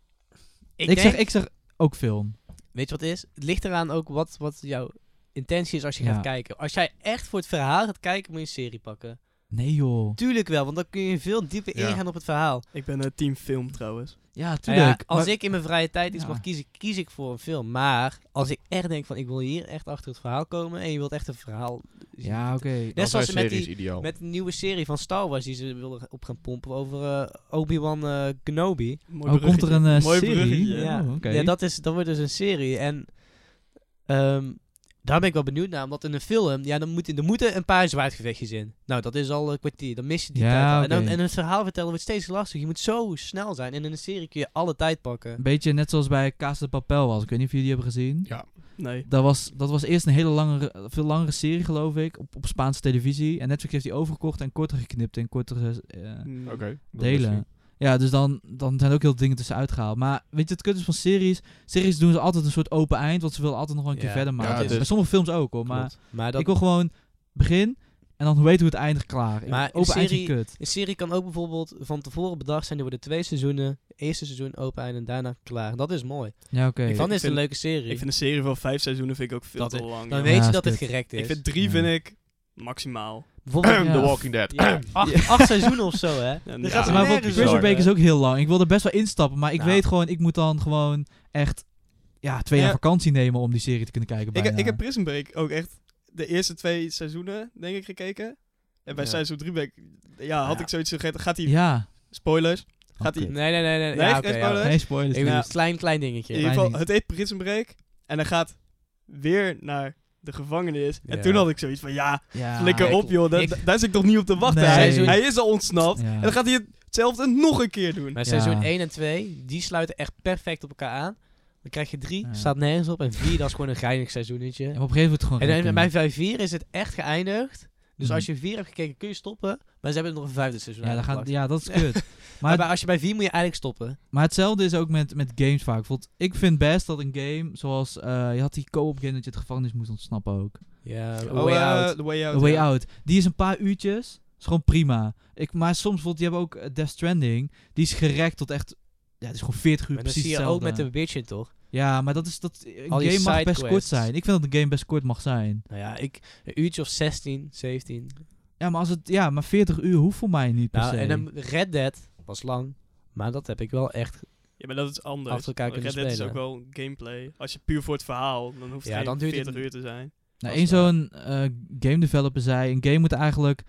ik, Ik, denk, zeg, ik zeg ook film. weet je wat het is? Het ligt eraan ook wat, wat jouw intentie is als je Ja. gaat kijken. Als jij echt voor het verhaal gaat kijken, moet je een serie pakken. Nee joh. Tuurlijk wel, want dan kun je veel dieper Ja. ingaan op het verhaal. Ik ben een team film trouwens. Ja, Nou tuurlijk. ja, als maar- ik in mijn vrije tijd iets Ja. mag kiezen, kies ik voor een film. Maar als ik echt denk van, ik wil hier echt achter het verhaal komen en je wilt echt een verhaal zien. Ja, oké. Net Dan zoals zijn met series die, ideaal. met een nieuwe serie van Star Wars die ze wilden op gaan pompen over eh, Obi-Wan eh, Kenobi. Mooi Oh, komt er een bruggetje. eh, Mooi serie? bruggetje. Ja, Oh, oké. ja dat, is, dat wordt dus een serie. En ehm, daar ben ik wel benieuwd naar. Omdat in een film, ja, dan, moet, er moeten een paar zwaardgevechtjes in. Nou, dat is al een kwartier. Dan mis je die Ja, tijd al. En, dan, oké. en het verhaal vertellen wordt steeds lastig. Je moet zo snel zijn. En in een serie kun je alle tijd pakken. Een beetje net zoals bij Casa de Papel was. Ik weet niet of jullie die hebben gezien. Ja. Nee. Dat was, dat was eerst een hele langere, veel langere serie, geloof ik. Op, op Spaanse televisie. En Netflix heeft die overgekocht en korter geknipt in kortere eh, Mm. Oké. dat delen. is- Ja, dus dan, dan zijn er ook heel veel dingen tussenuit gehaald. Maar weet je, het kut is van series. Series doen ze altijd een soort open eind. Want ze willen altijd nog wel een keer Ja. verder Ja, maken. het is- Bij sommige films ook hoor. Maar Klopt. Maar dat, ik wil gewoon begin. En dan weten hoe het eindigt klaar. Ik- Maar een open eind serie- vind ik kut. een serie kan ook bijvoorbeeld van tevoren bedacht zijn. Er worden twee seizoenen. Eerste seizoen open eind en daarna klaar. Dat is mooi. Ja, oké. Ik Dan vind- is het een vind- leuke serie. Ik vind een serie van vijf seizoenen vind ik ook veel Dat te is- lang. Dan joh. weet Ja, je is dat het kut. gerekt is. Ik vind drie Ja. vind ik maximaal. Bijvoorbeeld Ja. The Walking Dead. ja, acht, acht seizoenen of zo, hè? Ja, Dan ja. gaat ze maar voor nergens Prison over. Break is ook heel lang. Ik wil er best wel instappen. Maar ik Nou. weet gewoon, ik moet dan gewoon echt ja, twee jaar Ja. vakantie nemen om die serie te kunnen kijken. Ik, bijna. ik heb Prison Break ook echt de eerste twee seizoenen, denk ik, gekeken. En bij Ja. seizoen drie ben ik, ja, had Ja. ik zoiets gezegd, gaat hij, Ja. spoilers, gaat hij, Oké. Nee, nee, nee. nee. Nee, ja, geen oké, ja. spoilers? Geen spoilers. Ik please. bedoel, klein, klein dingetje. in ieder Klein geval, het heet Prison Break. En hij gaat weer naar de gevangenis. En Ja. toen had ik zoiets van, ja, Ja, flikker ik- op joh, da- ik- da- daar zit ik toch niet op te wachten. Nee. Hij, Seizoen- hij is al ontsnapt. Ja. En dan gaat hij hetzelfde nog een keer doen. Maar Ja. seizoen één en twee, die sluiten echt perfect op elkaar aan. Dan krijg je drie, Ja. staat nergens op. En vier, dat is gewoon een geinig seizoenetje. Ja, maar op een gegeven moment gewoon. En dan, rekken. bij bij vier is het echt geëindigd. Dus Mhm. als je vier hebt gekeken, kun je stoppen. Maar ze hebben er nog een vijfde seizoen ja, dan gaat, aangeplakt. ja, dat is kut. Maar, maar, bij- als je bij vier moet je eigenlijk stoppen. maar hetzelfde is ook met, met games vaak. Bijvoorbeeld, ik vind best dat een game, zoals eh, je had die co-op game dat je het gevangenis moest ontsnappen ook. Ja, Oh, Way eh, Out. The Way Out. A Way ja. Out. Die is een paar uurtjes. Is gewoon prima. Ik, maar soms bijvoorbeeld, die hebben ook eh, Death Stranding. Die is gerekt tot echt. Ja, het is gewoon veertig uur Maar dat precies zie je ook hetzelfde. met The Witcher, toch? Ja, maar dat is dat. Een Al die game mag best sidequests. kort zijn. Ik vind dat een game best kort mag zijn. Nou ja, ik, een uurtje of zestien, zeventien. Ja, maar als het. Ja, maar veertig uur hoeft voor mij niet per Nou, se. en dan Red Dead was lang. Maar dat heb ik wel echt... Ja, maar dat is anders. Achter elkaar Red kunnen Dead is spelen. ook wel gameplay. Als je puur voor het verhaal, dan hoeft het Ja, geen dan duurt het veertig niet. uur te zijn. Nou, Dat één is waar. zo'n eh, game developer zei: een game moet eigenlijk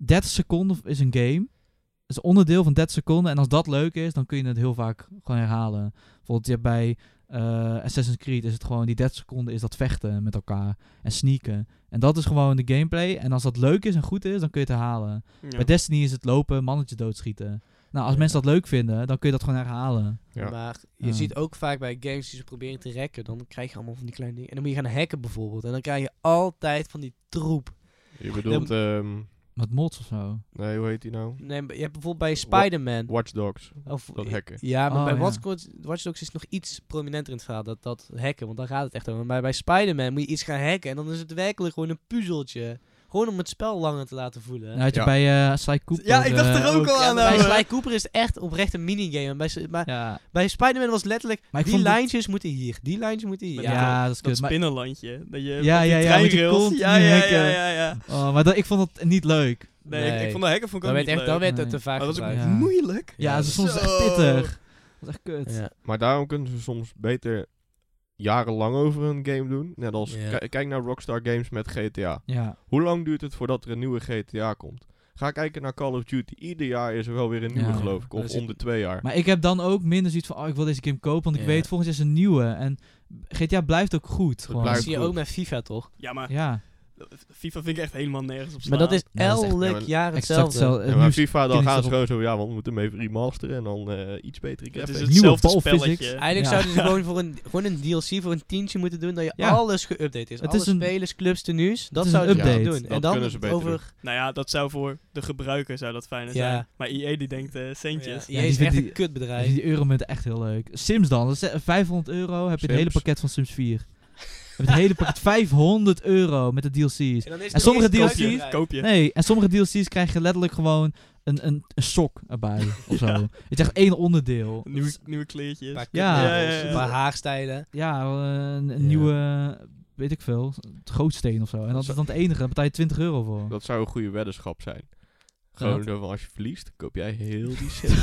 dertig seconden is een game. Dat is een onderdeel van dertig seconden. En als dat leuk is, dan kun je het heel vaak gewoon herhalen. Bijvoorbeeld je hebt bij uh, Assassin's Creed is het gewoon die dertig seconden is dat vechten met elkaar. En sneaken. En dat is gewoon de gameplay. En als dat leuk is en goed is, dan kun je het herhalen. Ja. Bij Destiny is het lopen, mannetje doodschieten. Nou, als Ja. mensen dat leuk vinden, dan kun je dat gewoon herhalen. Ja. Maar je Ja. ziet ook vaak bij games die ze proberen te hacken, dan krijg je allemaal van die kleine dingen. En dan moet je gaan hacken bijvoorbeeld. En dan krijg je altijd van die troep. Je bedoelt, ehm, Met mods of zo. nee, hoe heet die nou? Nee, je hebt bijvoorbeeld bij Spider-Man. Watch Dogs. Of, Dat hacken. Ja, maar Oh, bij ja. Watch Dogs, Watch Dogs is het nog iets prominenter in het verhaal, dat, dat hacken, want daar gaat het echt over. Maar bij Spider-Man moet je iets gaan hacken en dan is het werkelijk gewoon een puzzeltje. Gewoon om het spel langer te laten voelen. Nou, had je Ja. bij uh, Sly Cooper... Ja, ik dacht eh, er ook al Ja, aan. maar bij ouwe. Sly Cooper is het echt oprecht een minigame. En bij, S- maar Ja, bij Spider-Man was letterlijk, Maar ik die vond het- lijntjes moeten hier, die lijntjes moeten hier. Met ja, die- dat is Dat kut. Maar, spinnenlandje. Dat je Ja, op die ja, ja, moet je treinrails- continu ja, ja, ja, hacken. ja, ja. oh, maar dat, ik vond het niet leuk. Nee, Ik, Nee. ik vond de hacken vond ik Dan ook werd, niet echt, dan leuk. werd het Nee. te vaak Maar dat was ook gebruikt. Ja. moeilijk. Ja, Ja, dat is soms zo. echt pittig. Dat is echt kut. Ja. Maar daarom kunnen ze soms beter jarenlang over een game doen. Net als, Ja. ki- kijk naar Rockstar Games met G T A. Ja. Hoe lang duurt het voordat er een nieuwe G T A komt? Ga kijken naar Call of Duty. Ieder jaar is er wel weer een nieuwe, Ja. geloof ik. Maar Of er zit- om de twee jaar. Maar ik heb dan ook minder zoiets van, oh, ik wil deze game kopen, want ik Ja. weet, volgend jaar is een nieuwe. En G T A blijft ook goed. Gewoon. Dat blijft zie je goed. ook met FIFA toch? Ja, maar Ja, FIFA vind ik echt helemaal nergens op Maar slaan. dat is Nee, dat is echt- elk Ja, maar jaar exact hetzelfde. hetzelfde. Ja, Eh, maar nu- FIFA, dan ken ik gaan ze erop. gewoon zo, ja, want we moeten hem even remasteren en dan eh, iets betere Het is graphics. het- hetzelfde Nieuwe ball spelletje. physics. Eigenlijk Ja. zouden ze gewoon voor een, gewoon een D L C voor een tientje moeten doen, dat je Ja. alles geüpdate is. Het Alle is een- spelers, clubs, tenues, dat is een zouden ze update. moeten doen. Dat en dan kunnen ze beter over... doen. Nou ja, dat zou voor de gebruiker zou dat fijner Ja. zijn. Maar I A die denkt eh, Ja, centjes. Ja, je die is echt vindt een die- kutbedrijf. die euromunten echt heel leuk. Sims dan, dat is eh, vijfhonderd euro, heb je het hele Sims. pakket van Sims vier. Je hebt het hele pakket vijfhonderd euro met de D L C's. dan is En er sommige nog eens D L C's een kutbedrijf. Koop je. Nee, en sommige D L C's krijg je letterlijk gewoon een, een, een sok erbij of zo. Ja. Het is echt één onderdeel. Nieuwe, nieuwe kleertjes. Een paar Ja. kutbedrijven, Ja, ja, ja. een paar haarstijlen. Ja, eh, een, een Ja. nieuwe, weet ik veel, gootsteen of zo. En dat is dan het enige, daar betaal je twintig euro voor. Dat zou een goede weddenschap zijn. Gewoon Dat. zo van, als je verliest, koop jij heel die shit.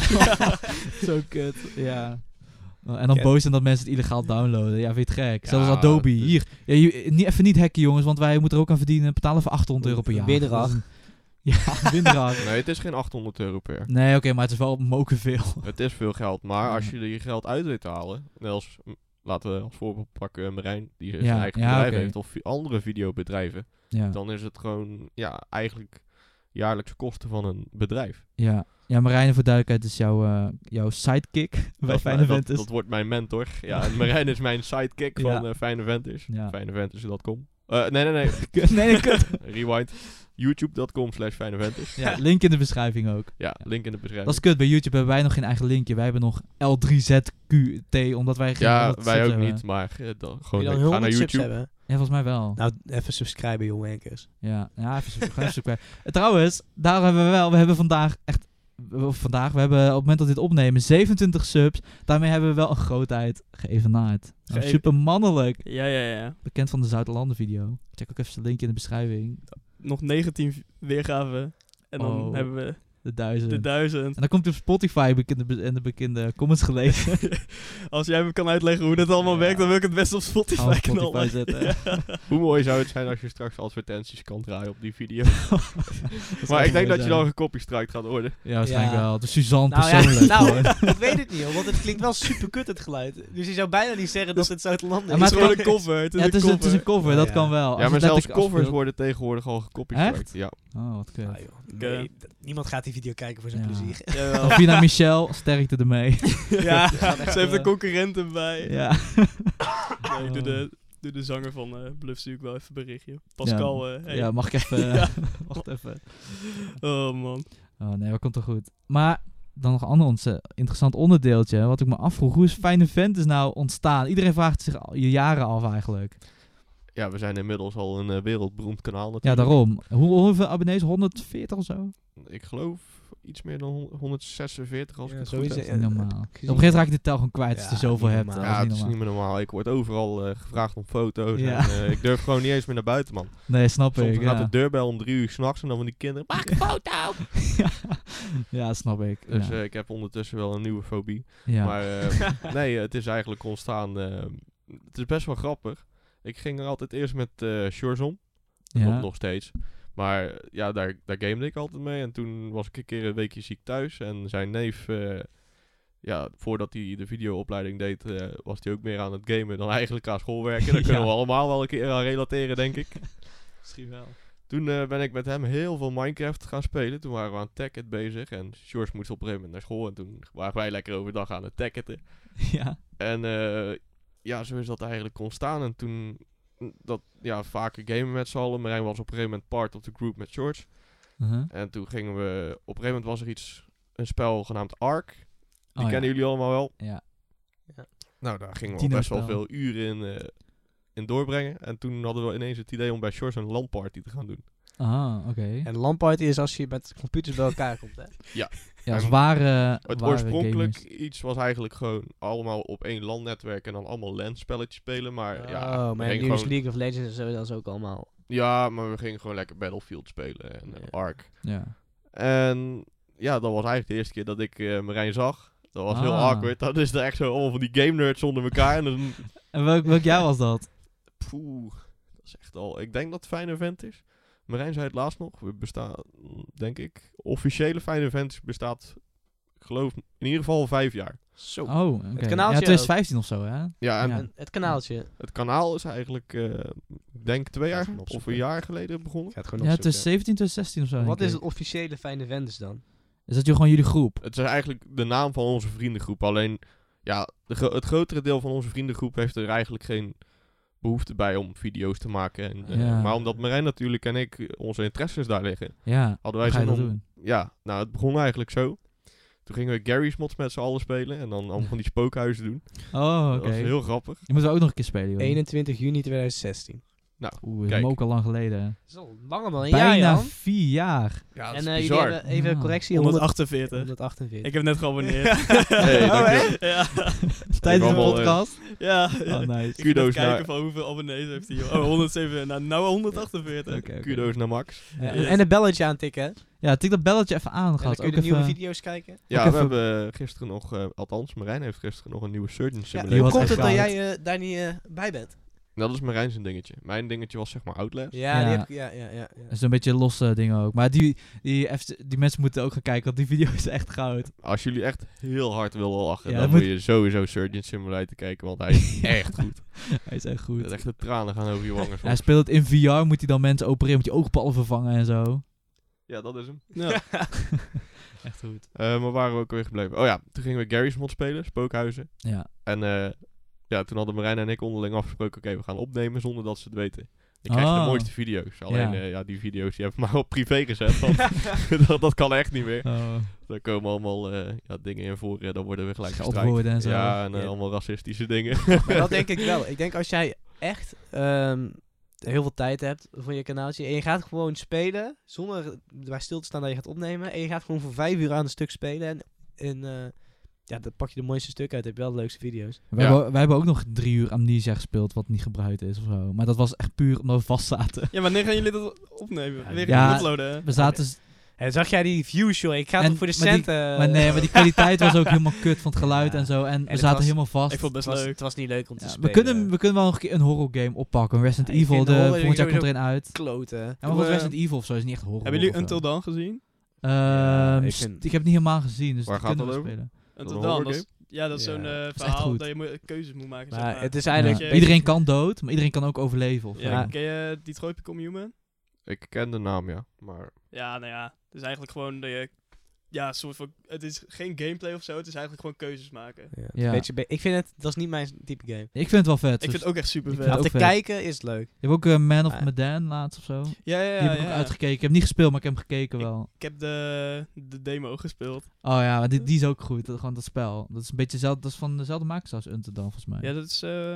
Zo kut, ja. Oh, en dan Ja. boos zijn dat mensen het illegaal downloaden. Ja, vind je het gek? Zelfs Ja, Adobe, dus- hier. Ja, je, niet, even niet hacken jongens, want wij moeten er ook aan verdienen. Betalen voor achthonderd euro per jaar. Windrag. Dat is een- Ja, windrag. Nee, het is geen achthonderd euro per. Nee, oké, maar het is wel moken veel. Het is veel geld, maar als Ja. je er je geld uit weet halen, net als, m, laten we als voorbeeld pakken Marijn, die zijn Ja, eigen ja, bedrijf oké. heeft, of vi- andere videobedrijven, Ja, dan is het gewoon, ja, eigenlijk jaarlijkse kosten van een bedrijf. ja. Ja, Marijn, voor duidelijkheid, is jouw, eh, jouw sidekick bij Dat, Fijne dat, Ventus. dat wordt mijn mentor. Ja, en Marijn is mijn sidekick Ja. van eh Fijne Venters. Ja. Fijneventers punt com. Eh, nee, nee, nee. nee, nee, kut. Rewind. youtube punt com slash Fijneventers. Ja, link in de beschrijving ook. Ja, link in de beschrijving. Dat is kut, bij YouTube hebben wij nog geen eigen linkje. Wij hebben nog L drie Z Q T, omdat wij geen ja, honderd wij subs ook hebben. niet, maar eh, dan, Wil gewoon je dan ga naar honderd subs YouTube. hebben? Ja, volgens mij wel. Nou, even subscriben, jonge enkers. Ja, ja even, sub- gewoon even subscriben. Eh, Trouwens, daar hebben we wel, we hebben vandaag echt, we- vandaag, we hebben op het moment dat we dit opnemen, zevenentwintig subs. Daarmee hebben we wel een grootheid geëvenaard. Nou, Ge- super mannelijk. Ja, ja, ja. Bekend van de Zuiderlanden video. Check ook even de link in de beschrijving. Nog negentien v- weergaven. En dan Oh. hebben we De duizend. de duizend. En dan komt hij op Spotify bekende be- en de bekende comments gelezen. Als jij me kan uitleggen hoe dat allemaal Ja. werkt, dan wil ik het best op Spotify Gaan we op knallen. Spotify zetten. Ja. Hoe mooi zou het zijn als je straks advertenties kan draaien op die video. Dat maar zou ik denk mooi dat je zijn. dan gecopystruikt gaat worden. Ja, waarschijnlijk Ja. wel. Dus Suzanne Nou ja, persoonlijk. nou, gewoon. ik weet het niet hoor, want het klinkt wel super kut het geluid. Dus je zou bijna niet zeggen dat het Zuid-Landen Ja, is. maar Het is het gewoon kan- een cover. Het is Ja, het, is, een het is een cover, Ja, dat ja. kan wel. Als Ja, maar het zelfs letterlijk covers afspeelt. worden tegenwoordig al gecopystrukt. Ja. Oh, wat kut. Ah, joh. Nee, d- niemand gaat die video kijken voor zijn Ja. plezier. Jawel. Of via Michelle, sterkte ermee. Ja, gaat echt, ze heeft eh, een concurrent erbij. Ja. Nee, ik doe Oh. de, doe de zanger van eh Bluff zie ik wel even een berichtje. Pascal, eh hey. Ja, mag ik even... Ja. Wacht even. Oh man. Oh nee, wat komt er goed. Maar dan nog een ander ons, eh, interessant onderdeeltje. Wat ik me afvroeg. Hoe is Fijne Ventus nou ontstaan? Iedereen vraagt zich al je jaren af eigenlijk. ja, we zijn inmiddels al een eh, wereldberoemd kanaal Ja, natuurlijk. daarom. Hoe, hoeveel abonnees? honderdveertig of zo? Ik geloof iets meer dan hon- honderdzesenveertig als Ja, ik het zo goed is heb. het. Dat is Ja, niet eh, normaal. Op gezien- een gegeven moment raak je de tel gewoon kwijt als je Ja, er zoveel niet hebt. normaal. Dat Ja, is het niet is normaal. niet meer normaal. Ik word overal eh, gevraagd om foto's. Ja. En, eh, ik durf gewoon niet eens meer naar buiten, man. Nee, snap Soms ik. gaat Ja. de deurbel om drie uur s'nachts en dan van die kinderen. Maak een foto! ja. Ja, snap ik. Dus ja. eh, ik heb ondertussen wel een nieuwe fobie. ja. Maar eh, nee, het is eigenlijk ontstaan. eh, het is best wel grappig. Ik ging er altijd eerst met eh Shores om. ja. Nog, nog steeds. Maar uh, ja, daar, daar gamede ik altijd mee. En toen was ik een keer een weekje ziek thuis. En zijn neef, uh, ja, voordat hij de videoopleiding deed, uh, was hij ook meer aan het gamen dan eigenlijk aan schoolwerken. Daar kunnen Ja. we allemaal wel een keer aan relateren, denk ik. Misschien wel. Toen uh, ben ik met hem heel veel Minecraft gaan spelen. Toen waren we aan Tekkit bezig. En George moest op een gegeven moment naar school. En toen waren wij lekker overdag aan het tekketen. ja. En uh, ja, zo is dat eigenlijk ontstaan. En toen, dat, ja, vaker gamen met z'n allen. Marijn was op een gegeven moment part of the group met George. Uh-huh. En toen gingen we, op een gegeven moment was er iets, een spel genaamd Ark. Die Oh, kennen ja. jullie allemaal wel. Ja. Nou, daar gingen we al Dino best wel spel. veel uren in, uh, in doorbrengen. En toen hadden we ineens het idee om bij George een LAN-party te gaan doen. Ah, oké. En LAN-party is als je met computers bij elkaar komt, hè? Ja, als ware, Het ware oorspronkelijk gamers. iets was eigenlijk gewoon allemaal op één LAN-netwerk en dan allemaal LAN-spelletjes spelen. Maar ja, oh, we maar gingen nu is gewoon, League of Legends en zo, dat is ook allemaal... ja, maar we gingen gewoon lekker Battlefield spelen en uh, Ja. Ark. Ja. En ja, dat was eigenlijk de eerste keer dat ik uh, Marijn zag. Dat was heel Ah. awkward. Dat is er echt zo allemaal van die game nerds onder elkaar. En dan, En welk, welk jaar was dat? poeh, dat is echt al... Ik denk dat het Fine Event is. Marijn zei het laatst nog. We bestaan, denk ik, officiële Fine Event bestaat, ik geloof, in ieder geval vijf jaar. Zo. Oh, oké. Het kanaaltje Ja, twintig vijftien of zo, hè? Ja, en Ja. En het kanaaltje. het kanaal is eigenlijk, uh, ik denk twee jaar Even of opzoeken. een jaar geleden begonnen. Ik ga het gewoon Ja, opzoeken. twintig zeventien, twintig zestien of zo. Wat denk is ik. het officiële Fijne Vendors dan? Is dat gewoon jullie groep? Het is eigenlijk de naam van onze vriendengroep. Alleen, ja, de gro- het grotere deel van onze vriendengroep heeft er eigenlijk geen behoefte bij om video's te maken. En, uh, Ja. Maar omdat Marijn natuurlijk en ik uh, onze interesses daar liggen, Ja, hadden wij hoe ga je zin dat om... doen? Ja, nou, het begon eigenlijk zo. Toen gingen we Gary's Mods met z'n allen spelen en dan allemaal van die spookhuizen doen. Oh, Dat oké. was heel grappig. Die moeten we ook nog een keer spelen, joh. eenentwintig juni tweeduizend zestien. Nou, Oeh, dat is kijk. hem ook al lang geleden. Dat is al langer dan een jaar, Bijna Jan. vier jaar. Ja, dat En is eh, jullie bizar. hebben even Ja. correctie. honderd- honderdachtenveertig. honderdachtenveertig. Ik heb net geabonneerd. Hey, Oh, dankjewel. hè? Ja. Tijdens de allemaal, eh, podcast. Ja. Oh, nice. Ik Kudos Kudos kijken naar- van hoeveel abonnees heeft hij. joh. Oh, honderdzeven. Nou, nou honderdachtenveertig. Oké, oké. Kudos naar Max. Ja, En, en een belletje aantikken. hè? Ja, tik dat belletje even aan. En dan Gehad. kun je Ook de nieuwe even... video's kijken. Ja, Ook we even- hebben uh, gisteren nog, uh, althans Marijn heeft gisteren nog een nieuwe Surgeon Ja, Simulator. die hoe was komt echt het dat goud. jij eh, daar niet eh, bij bent? Dat is Marijn zijn dingetje. Mijn dingetje was zeg maar Outlast. Ja, Ja. Die heb ik, ja, ja, ja, ja. Dat is een beetje losse dingen ook. Maar die, die, F C die mensen moeten ook gaan kijken, want die video is echt goud. Als jullie echt heel hard willen lachen, Ja, dan dat moet moet- je sowieso Surgeon Simulator kijken, want hij is echt goed. Hij is echt goed. Dat echt de tranen gaan over je wangen. Hij soms. speelt het in V R, moet hij dan mensen opereren, moet je oogballen vervangen en zo. Ja, dat is hem. Ja. Echt goed. Uh, maar waar we ook weer gebleven? Oh ja, toen gingen we Gary's Mod spelen, Spookhuizen. Ja. En uh, ja, toen hadden Marijn en ik onderling afgesproken, oké, we gaan opnemen zonder dat ze het weten. Je krijgt de Oh. mooiste video's. Alleen, Ja. ja. Uh, ja, die video's die heb ik maar op privé gezet. Want dat, dat kan echt niet meer. Oh. Daar komen allemaal uh, ja, dingen in voor. Uh, dan worden we gelijk gestrikt. Scheldwoorden en zo. Ja, en uh, Ja. allemaal racistische dingen. Maar dat denk ik wel. Ik denk als jij echt ehm, heel veel tijd hebt voor je kanaaltje en je gaat gewoon spelen zonder bij stil te staan dat je gaat opnemen en je gaat gewoon voor vijf uur aan een stuk spelen en, en uh, ja, dan pak je de mooiste stukken uit, heb je wel de leukste video's. Wij, Ja. hebben, wij hebben ook nog drie uur Amnesia gespeeld, wat niet gebruikt is of zo. Maar dat was echt puur omdat we vast zaten. Ja, wanneer gaan jullie dat opnemen? Ja, Weer ja. uploaden, hè? We zaten... s- En zag jij die views, joh? Ik ga En- toch voor de maar die- centen. maar nee, maar die kwaliteit was ook helemaal kut van het geluid Ja. en zo. En, we het zaten was- helemaal vast. Ik vond het het, best was, leuk. het was niet leuk om te Ja, we, spelen. kunnen, we kunnen wel nog een keer een horror game oppakken. Resident Ja, ik Evil, vind de, horror volgend jaar komt sowieso erin uit. kloten. Ja, maar Doe, wat eh, Resident Evil of zo is niet echt horror. Hebben jullie of zo. Until Dawn gezien? Ehm, Ja, ik st- vind- ik heb het niet helemaal gezien, dus Waar dat gaat kunnen dat we over? spelen. Until een Dawn, horror dat is, ja, dat is Ja. zo'n eh, echt verhaal goed. dat je moet, keuzes moet maken. Maar zeg maar. het is Ja. eigenlijk... je- Iedereen kan dood, maar iedereen kan ook overleven. Of Ja, zo. Ja. ken je Detroit Become Human? Ik ken de naam, ja. Maar Ja, nou ja. Het is eigenlijk gewoon dat je... Ja, een soort van... Het is geen gameplay of zo. Het is eigenlijk gewoon keuzes maken. Ja, het is Ja. een beetje be- ik vind het, dat is niet mijn type game. Ik vind het wel vet. Ik dus- vind het ook echt super ik vet. vind Om het te ook vet. kijken is het leuk. Je hebt ook uh, Man of Ah. Medan laatst of zo. Ja, ja, ja. Die heb ik ook ja. uitgekeken. Ik heb niet gespeeld, maar ik heb hem gekeken wel. Ik heb de, de demo gespeeld. Oh ja, maar die, die is ook goed. Dat, gewoon dat spel. Dat is een beetje zelf, dat is van dezelfde makers als Until Dawn, volgens mij. Ja, dat is... eh,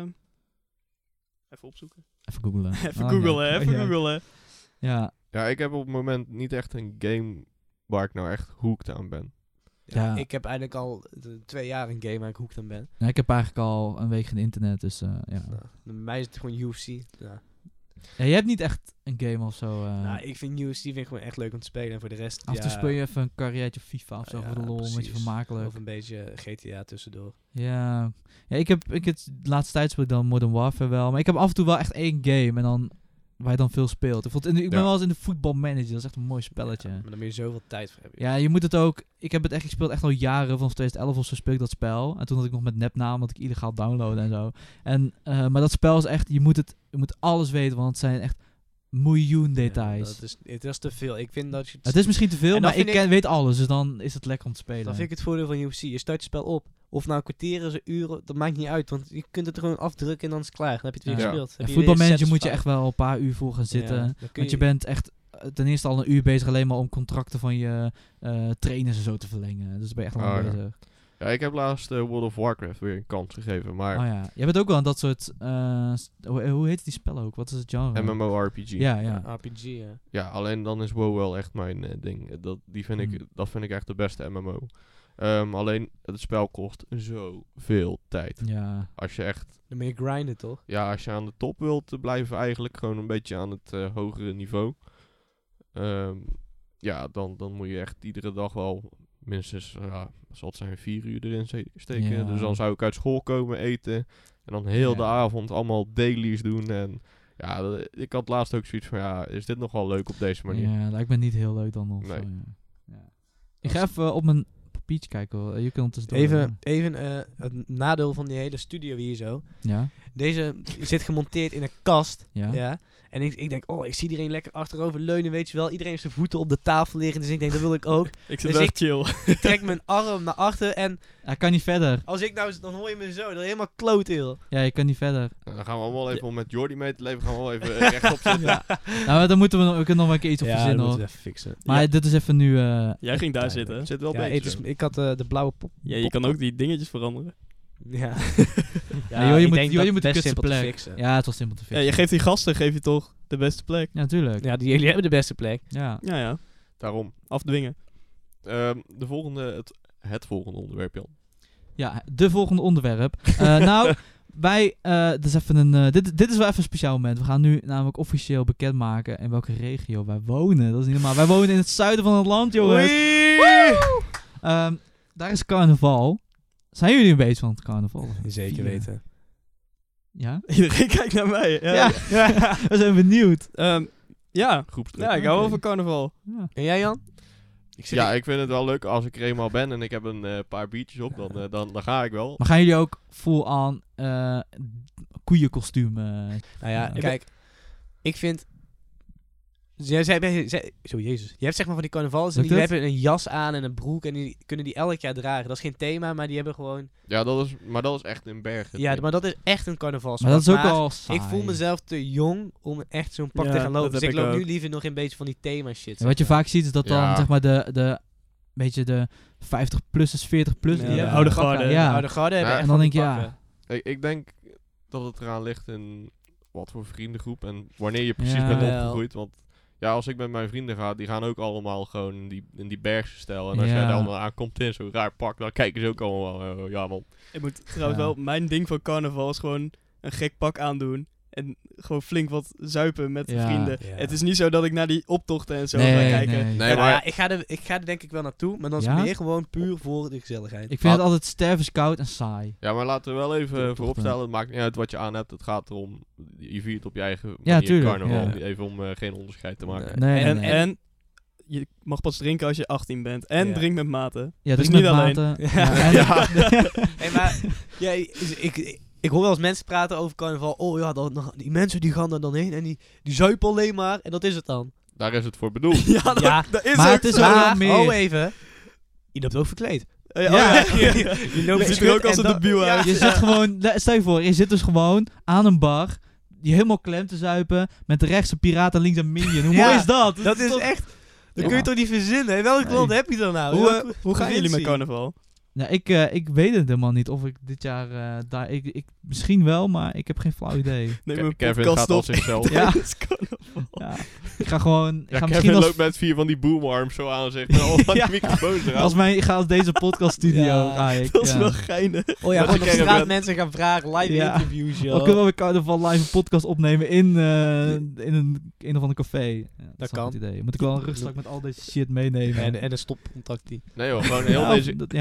even opzoeken. Even googlen. Even Oh, googlen, nee. hè. Even Ja. googlen. Ja, ja, ik heb op het moment niet echt een game waar ik nou echt hooked aan ben. Ja, Ja. Ik heb eigenlijk al de, twee jaar een game waar ik hooked aan ben. ja, ik heb eigenlijk al een week geen internet, dus uh, ja. Nou, bij mij is het gewoon U F C. Ja. ja. Je hebt niet echt een game of zo. Uh, Nou, ik vind U F C vind ik gewoon echt leuk om te spelen. En voor de rest, af en toe ja, speel je even een carrièretje of FIFA of zo ja, voor de lol, een beetje precies. vermakelijk. Of een beetje G T A tussendoor. Ja, ja ik heb ik het de laatste tijd speel ik dan Modern Warfare wel, maar ik heb af en toe wel echt één game en dan waar je dan veel speelt. Ik, vond, ik ben Ja. wel eens in de voetbalmanager, dat is echt een mooi spelletje. Ja, Ja, maar dan moet je zoveel tijd voor hebben. je moet het ook... Ik heb het echt gespeeld echt al jaren, vanaf twintig elf of zo speel ik dat spel. En toen had ik nog met nepnaam, dat ik illegaal downloaden en zo. En, uh, maar dat spel is echt, je moet, het, je moet alles weten, want het zijn echt miljoen details. Ja, dat is, het is te veel. Ik vind dat je... Het is misschien te veel, En dan maar ik, vind ken, weet alles, dus dan is het lekker om te spelen. Dan vind ik het voordeel van U F C. Je start je spel op. Of nou een kwartier is, een uur, dat maakt niet uit. Want je kunt het er gewoon afdrukken en dan is het klaar. Dan heb je het weer Ja. gespeeld. Ja, Heb je weer voetbalmanager moet je satisfied. echt wel een paar uur voor gaan zitten. Ja, dan kun Want je bent echt uh, ten eerste al een uur bezig alleen maar om contracten van je uh, trainers en zo te verlengen. Dus daar ben je echt lang Oh, ja. bezig. Ja, ik heb laatst uh, World of Warcraft weer een kans gegeven, maar Oh ja, jij bent ook wel aan dat soort... Uh, st- hoe, hoe heet die spellen ook? Wat is het genre? MMORPG. Ja, ja. Ja, R P G, ja. Ja, alleen dan is WoW wel echt mijn uh, ding. Dat, die vind ik, Hmm. dat vind ik echt de beste M M O. Um, alleen het spel kost zoveel tijd. Ja. Als je echt, Dan ben je grinden, toch? ja, als je aan de top wilt uh, blijven eigenlijk, gewoon een beetje aan het uh, hogere niveau. Um, ja, dan, dan moet je echt iedere dag wel minstens, ja, zal het zijn, vier uur erin ze- steken. Ja. Dus dan zou ik uit school komen eten en dan heel Ja. de avond allemaal dailies doen. En ja, dat- ik had laatst ook zoiets van, ja, is dit nog wel leuk op deze manier? Ja, lijkt me niet heel leuk dan nog. Nee. Zo, ja. Ja. Ik ga even op mijn papiertje kijken hoor. Je kunt tussendoor. Even, even uh, het nadeel van die hele studio hier zo. Ja, Deze zit gemonteerd in een kast. ja. Ja. En ik, ik denk, oh, ik zie iedereen lekker achterover leunen, weet je wel. Iedereen heeft zijn voeten op de tafel liggen. Dus ik denk, dat wil ik ook. Ik zit Dus wel ik- echt chill. Ik trek mijn arm naar achter en Hij kan niet verder. als ik nou, dan hoor je me zo, dat is helemaal kloot. Ja, je kan niet verder. Nou, dan gaan we allemaal even om met Jordi mee te leven, gaan we wel even uh, rechtop zitten. Ja. Nou, maar dan moeten we, nog, we kunnen nog wel een keer iets op verzinnen hoor. even fixen. Maar Ja. dit is even nu... eh, Jij ging daar Ja, zitten. Het zit wel Ja, een het beetje. is, ik had uh, de blauwe pop. Ja, je kan ook die dingetjes veranderen. Ja. Ja, joh, je ik moet- denk joh, je dat moet de best kutste simpel te plek. fixen. Ja, het was simpel te Ja, fixen. je geeft die gasten geef je toch de beste plek. Ja, natuurlijk. Ja, die, jullie hebben de beste plek. Ja. Ja, ja. Daarom. Afdwingen. Ehm, de volgende, het, het volgende onderwerp, Jan. Ja, de volgende onderwerp. Eh, nou, wij, eh, dit is even een, eh, dit, dit is wel even een speciaal moment. We gaan nu namelijk officieel bekendmaken in welke regio wij wonen. Dat is niet normaal. Wij wonen in het zuiden van het land, jongens. Ehm, daar is carnaval. Zijn jullie een beetje van het carnaval? Zeker Vieren. weten. Ja? Iedereen kijkt naar mij. Ja. Ja. We zijn benieuwd. Ehm, ja. Groepsdruk. ja, ik hou wel Oké. van carnaval. Ja. En jij, Jan? Ik zeg, Ja, ik vind het wel leuk als ik er eenmaal ben en ik heb een eh, paar biertjes op, dan, eh, dan, dan ga ik wel. Maar gaan jullie ook full aan eh koeienkostuum? eh, nou ja, Ja. kijk. Ik vind... Zij, zij, zij, zij- zo, jezus. Je hebt zeg maar van die carnavals en Lukt die het? hebben een jas aan en een broek en die kunnen die elk jaar dragen. Dat is geen thema, maar die hebben gewoon... Ja, dat is, maar dat is echt in Bergen. Ja, maar dat is echt een carnaval. maar dat is ook wel saai. Ik voel mezelf te jong om echt zo'n pak Ja, te gaan lopen. dat Dus heb ik ik loop nu ook. liever nog een beetje van die thema shit. Ja, wat je vaak ziet is dat dan Ja. zeg maar de, de beetje de vijftig-plussers, veertig-plus. Ja, die de hebben oude een pak garde. aan. Ja, Ja. oude garde hebben Ja, echt en dan van die denk je, ja. pakken. Ik, ik denk dat het eraan ligt in wat voor vriendengroep en wanneer je precies Ja. bent Wel. opgegroeid. Want ja, als ik met mijn vrienden ga, die gaan ook allemaal gewoon in die, in die bergse stijl. En als Ja. jij dan aankomt in zo'n raar pak, dan kijken ze ook allemaal, uh, ja man. Ik moet trouwens Ja. wel, mijn ding van carnaval is gewoon een gek pak aandoen. En gewoon flink wat zuipen met Ja. vrienden. Ja. Het is niet zo dat ik naar die optochten en zo Nee, ga kijken. nee. Nee, Ja, nou maar ja, ik, ga er, ik ga er denk ik wel naartoe, maar dan is het Ja? meer gewoon puur voor de gezelligheid. Ik vind het altijd stervenskoud en saai. Ja, maar laten we wel even Toch, toch, vooropstellen, het maakt niet uit wat je aan hebt. Het gaat erom, je viert op je eigen Ja, manier tuurlijk, carnaval. ja. Even om uh, geen onderscheid te maken. Nee. Nee, en, nee. en je mag pas drinken als je achttien bent. En Ja. drink met maten. Ja, dus drink niet met alleen. maten. Ja. en- Ja. Hey, maar ja, ik, ik, ik hoor wel eens mensen praten over carnaval. Oh ja, dan, dan- die mensen die gaan er dan heen en die, die zuipen alleen maar. En dat is het dan. Daar is het voor bedoeld. ja, dat, Ja, dat is maar ook het is zo. ook wel Maar, meer. oh even. Je loopt ook verkleed. Ja, Ja. ja. je, je, je loopt Je ziet er schut ook als en een dan- debiel ja. uit. Je zit gewoon, le- stel je voor, je zit dus gewoon aan een bar, je helemaal klem te zuipen, met de rechtse piraat en links een minion. Hoe Ja, mooi is dat? Dat is toch- echt... Dat Ja. kun je toch niet verzinnen? In welk Nee. land heb je dan nou? Hoe, Welke eh, hoe gaan jullie met provincie? carnaval? Nou, ik, eh, ik weet het helemaal niet of ik dit jaar eh, daar... Ik, ik, misschien wel, maar ik heb geen flauw idee. Neem Ke- een Kevin podcast gaat als op. zichzelf. Ja. Tijdens carnaval. Ja, ik ga gewoon... Ik Ja, ga Kevin misschien als, loopt met vier van die boomarms zo aan zich. Met al van Ja. die microfoons eraan. als mijn, ik ga als deze podcaststudio Ja, ga ik. Dat is ja. wel geinig. Oh ja, Dat gewoon op ik er straat ben. mensen gaan vragen, live Ja. interviews, joh. We kunnen wel weer carnaval live een podcast opnemen in, eh, in een, een of ander café. Ja, dat is wel kan. een goed idee. Moet ik wel een rugzak met al deze shit meenemen. En, en een stopcontact die. Nee joh, gewoon heel Ja, deze... dat- ja, oké. ja.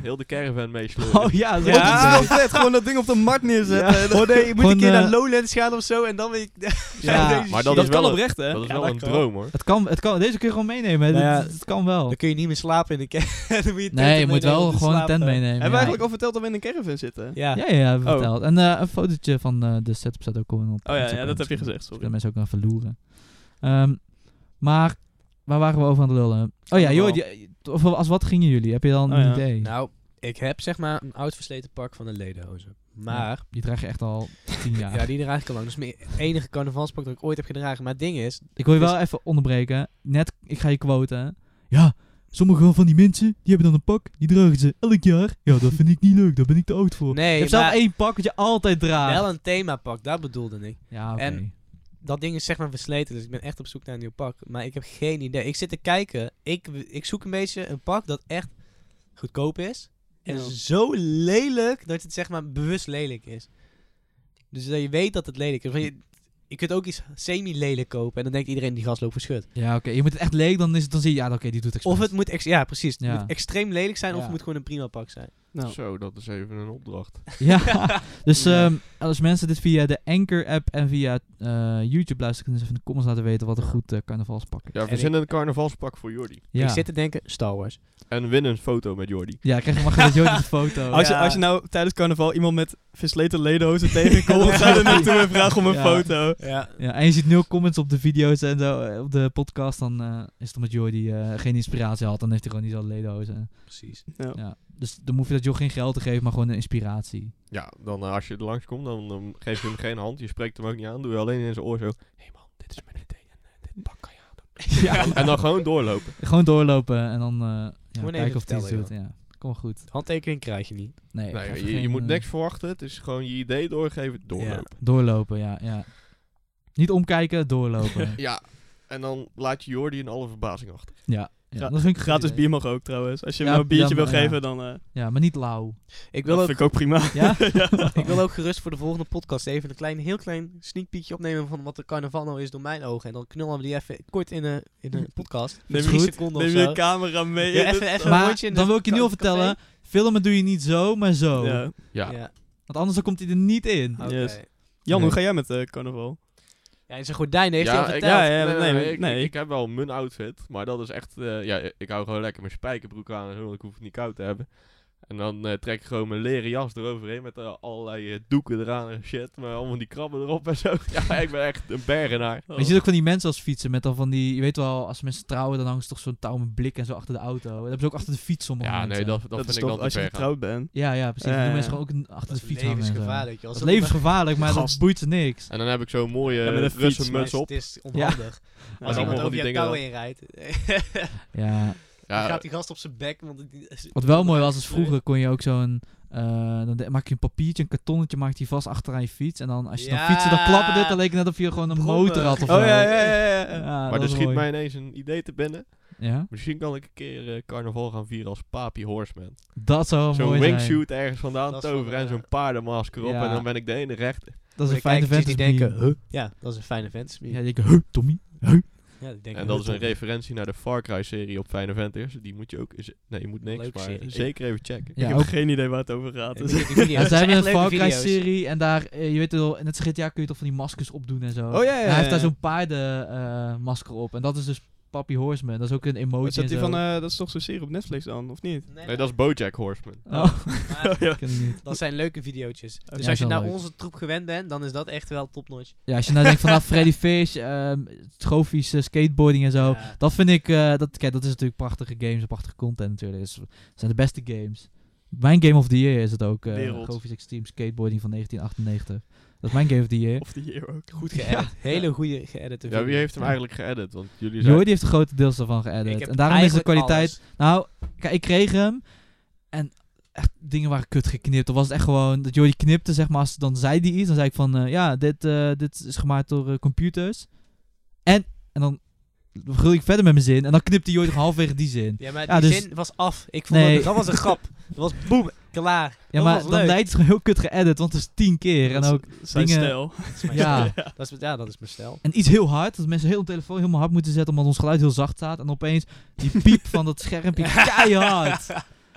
heel de caravan meesleuren. Oh ja, dat is Ja, ook dat een is wel vet. Gewoon dat ding op de markt neerzetten. Ja. En dan- Oh nee, je moet Gewoon, een keer eh, naar Lowlands gaan of zo en dan weet ik... Ja, deze maar dat shit. is kan wel oprecht, hè? Dat is Ja, wel dat een kan. droom hoor. Het kan, het kan, deze kun je gewoon meenemen. Nou ja, Het, het kan wel. Dan kun je niet meer slapen in de caravan. Dan moet je Nee, je moet wel meenemen om te gewoon een tent slapen. meenemen. Hebben we ja. eigenlijk al verteld dat we in een caravan zitten? Ja. Ja, ja, ja, hebben we Oh. verteld. En eh, een fotootje van eh, de setup staat ook gewoon op. Oh ja, Instagram. ja, dat heb je Misschien gezegd, sorry. kunnen mensen ook nog even loeren. Ehm, maar, waar waren we over aan het lullen? Oh ja, joh, die- of als wat gingen jullie? Heb je dan Oh een ja. idee? Nou, ik heb zeg maar een oud versleten pak van een ledenhozen. Maar, Die draag je echt al tien jaar. ja, die draag ik al lang. Dat is mijn enige carnavalspak dat ik ooit heb gedragen. Maar het ding is, Ik wil je Dus- wel even onderbreken. Net, ik ga je quoten. Ja, sommige van die mensen, die hebben dan een pak, die dragen ze elk jaar. Ja, dat vind ik niet leuk, daar ben ik te oud voor. Nee, je hebt zelf maar- één pak dat je altijd draagt. wel een themapak, dat bedoelde ik. Ja, oké. En- Dat ding is zeg maar versleten, dus ik ben echt op zoek naar een nieuw pak. Maar ik heb geen idee. Ik zit te kijken. Ik, ik zoek een beetje een pak dat echt goedkoop is. En Ja. zo lelijk dat het zeg maar bewust lelijk is. Dus dat je weet dat het lelijk is. Want je, je kunt ook iets semi-lelijk kopen en dan denkt iedereen die gast loopt verschut. Ja, oké. Je moet het echt leeg, dan, is het, dan zie je, ja, oké, die doet expres. Of het moet, ex ja precies, het Ja. moet extreem lelijk zijn of Ja. het moet gewoon een prima pak zijn. Nou, Zo, dat is even een opdracht. Ja, dus Ja. ehm, als mensen dit via de Anchor-app en via eh, YouTube luisteren, kunnen ze even in de comments laten weten wat een goed eh, carnavalspak is. Ja, En verzin een carnavalspak voor Jordi. Ja, Ik zit te denken, Star Wars. En win een foto met Jordi. ja krijg je maar met Jordi de foto. als, je, Ja. als je nou tijdens carnaval iemand met versleten ledenhozen tegenkomt, ga je er naartoe en vraag om een Ja. foto. Ja. Ja, en je ziet nul comments op de video's en zo, eh, op de podcast, dan eh, is het omdat Jordi eh, geen inspiratie had. Dan heeft hij gewoon niet zo ledenhozen. Precies. Ja. Ja. Dus dan hoef je dat joh geen geld te geven, maar gewoon een inspiratie. Ja, dan eh, als je er langskomt, dan, dan geef je hem geen hand. Je spreekt hem ook niet aan. Doe je alleen in zijn oor zo. Hé hey man, dit is mijn idee en eh, dit pak kan je aandoen. Ja. En, en dan gewoon doorlopen. Gewoon doorlopen en dan eh, ja, Gewoon kijken even of hij iets vertellen, doet. Ja, kom wel goed. Handtekening krijg je niet. Nee, Nee, even je, je geen, moet eh, niks verwachten. Het is gewoon je idee doorgeven, doorlopen. Doorlopen, ja, ja. Niet omkijken, doorlopen. Ja, en dan laat je Jordi in alle verbazing achter. Ja, ja. Gra- dat vind ik een goed Gratis idee. bier mag ook trouwens. Als je Ja, hem nou een biertje ja, wil maar- ja. geven, dan eh Ja, maar niet lauw. Ik dat wil, ook, vind ik ook prima. Ja? ik wil ook gerust voor de volgende podcast even een klein, heel klein sneak peekje opnemen van wat de carnaval nou is door mijn ogen. En dan knullen we die even kort in een, in een podcast. Neem Drie je- seconden Neem of je zo. een camera mee. Ja, in even- het- even- een Maar rondje in dan de wil ik je nu al café. vertellen, filmen doe je niet zo, maar zo. Ja. Ja. Ja. Want anders dan komt hij er niet in. Oké. Yes. Jan, Nee. hoe ga jij met eh, carnaval? Ja, in zijn gordijn heeft hij al ik, verteld. Ja, ja, nee, nee, nee, ik, nee. Ik, ik heb wel mijn outfit, maar dat is echt... eh, ja, ik hou gewoon lekker mijn spijkerbroek aan en zo, want ik hoef het niet koud te hebben. En dan eh, trek ik gewoon mijn leren jas eroverheen met eh, allerlei eh, doeken eraan en shit. Maar allemaal die krabben erop en zo. Ja, ik ben echt een bergenaar. Oh. Je ziet ook van die mensen als fietsen met dan van die, je weet wel, als mensen trouwen dan hangen ze toch zo'n touw met blik en zo achter de auto. Dat hebben ze ook achter de fiets sommige Ja, mensen. nee, dat, dat, Dat, vind is ik toch dan te als je ver gaan. getrouwd bent. Ja, ja, precies. Ja, Die ja. mensen gewoon ook een- achter Dat de is fiets hangen en zo. levensgevaarlijk. joh. Dat Als is levensgevaarlijk, maar Gast. dat boeit ze niks. En dan heb ik zo'n mooie Ja, met een fiets, Russen Maar muts het op. is onhandig. Ja, Als allemaal iemand van over die jouw dingen touw dan. heen rijdt, Ja. dan Ja, gaat die gast op zijn bek. Want het- Wat wel mooi was, is vroeger kon je ook zo'n, eh, dan de- maak je een papiertje, een kartonnetje, maak je vast achteraan je fiets. En dan als je dan Ja. fietste, dan klappen dit, dan leek het net of je gewoon een Brommen. motor had of Oh zo. ja, ja, ja, ja. ja. Ja, maar dat er was schiet mooi. mij ineens een idee te binnen. Ja? Misschien kan ik een keer eh, carnaval gaan vieren als Papi Horseman. Dat zou wel Zo'n mooi zijn. wingsuit ergens vandaan Dat is toveren wel, en ja. zo'n paardenmasker op Ja. en dan ben ik de ene rechter. Dat is een de fijne kijkertjes vent. die denken, huh? Ja, dat is een fijne vent. Ja, die denken, huh, Tommy? Huh? Ja, die denken, En dat huh, is een Tom. referentie naar de Far Cry serie op Fijne Venters. Die moet je ook... eens- Nee, je moet niks, Leuke maar serie. zeker even checken. Ja, ik heb ook- geen idee waar het over gaat. Ja, Dus. die- die video's, Ja, dat zij zijn hebben echt een leuke Far Cry video's. serie en daar, eh, je weet wel, net als G T A kun je toch van die maskers opdoen en zo. Oh ja, ja, En hij heeft ja. daar zo'n paardenmasker op en dat is dus Papi Horseman. Dat is ook een emoji Is dat, en die zo. van, eh, dat is toch zo'n serie op Netflix dan, of niet? Nee, dat is BoJack Horseman. Oh, Maar Ja. ken ik niet. dat zijn leuke videootjes. Dus Ja, als je is wel naar leuk. onze troep gewend bent, dan is dat echt wel topnotch. Ja, als je nou denkt vanaf Freddy Fish, ehm trofies, eh, skateboarding en zo. Ja. Dat vind ik, eh, dat, kijk, dat is natuurlijk prachtige games en prachtige content natuurlijk. Dat is- dat zijn de beste games. Mijn Game of the Year is het ook. eh Wereld. Trofies Extreme Skateboarding van negentien achtennegentig. Dat is mijn Game of the Year. Of die hier ook. Goed geëdit. Hele goede geëdite Ja, wie video. heeft hem Ja. eigenlijk geëdit? Want jullie Jordi zijn... heeft de grote deels daarvan Ik geëdit. heb En daarom is de eigenlijk kwaliteit... alles. Nou, kijk, ik kreeg hem. En echt, dingen waren kut geknipt. Dan was het echt gewoon... Dat Jordi knipte, zeg maar. Als, dan zei hij iets. Dan zei ik van... eh, ja, dit, eh, dit is gemaakt door eh, computers. En... En dan... Begon ik verder met mijn zin. En dan knipte Jordi nog halverwege die zin. Ja, maar Ja, die dus- zin was af. Ik vond Nee. dat, dat was een grap. Dat was boem, klaar. Ja, dat maar was dan leuk. lijkt het gewoon heel kut geëdit. Want het is tien keer. En Dat is ook... zijn dingen- stijl. Dat is mijn Ja. stijl. Dat is, ja, dat is mijn stijl. En iets heel hard. Dat mensen heel de telefoon helemaal hard moeten zetten. Omdat ons geluid heel zacht staat. En opeens die piep van dat schermpje keihard.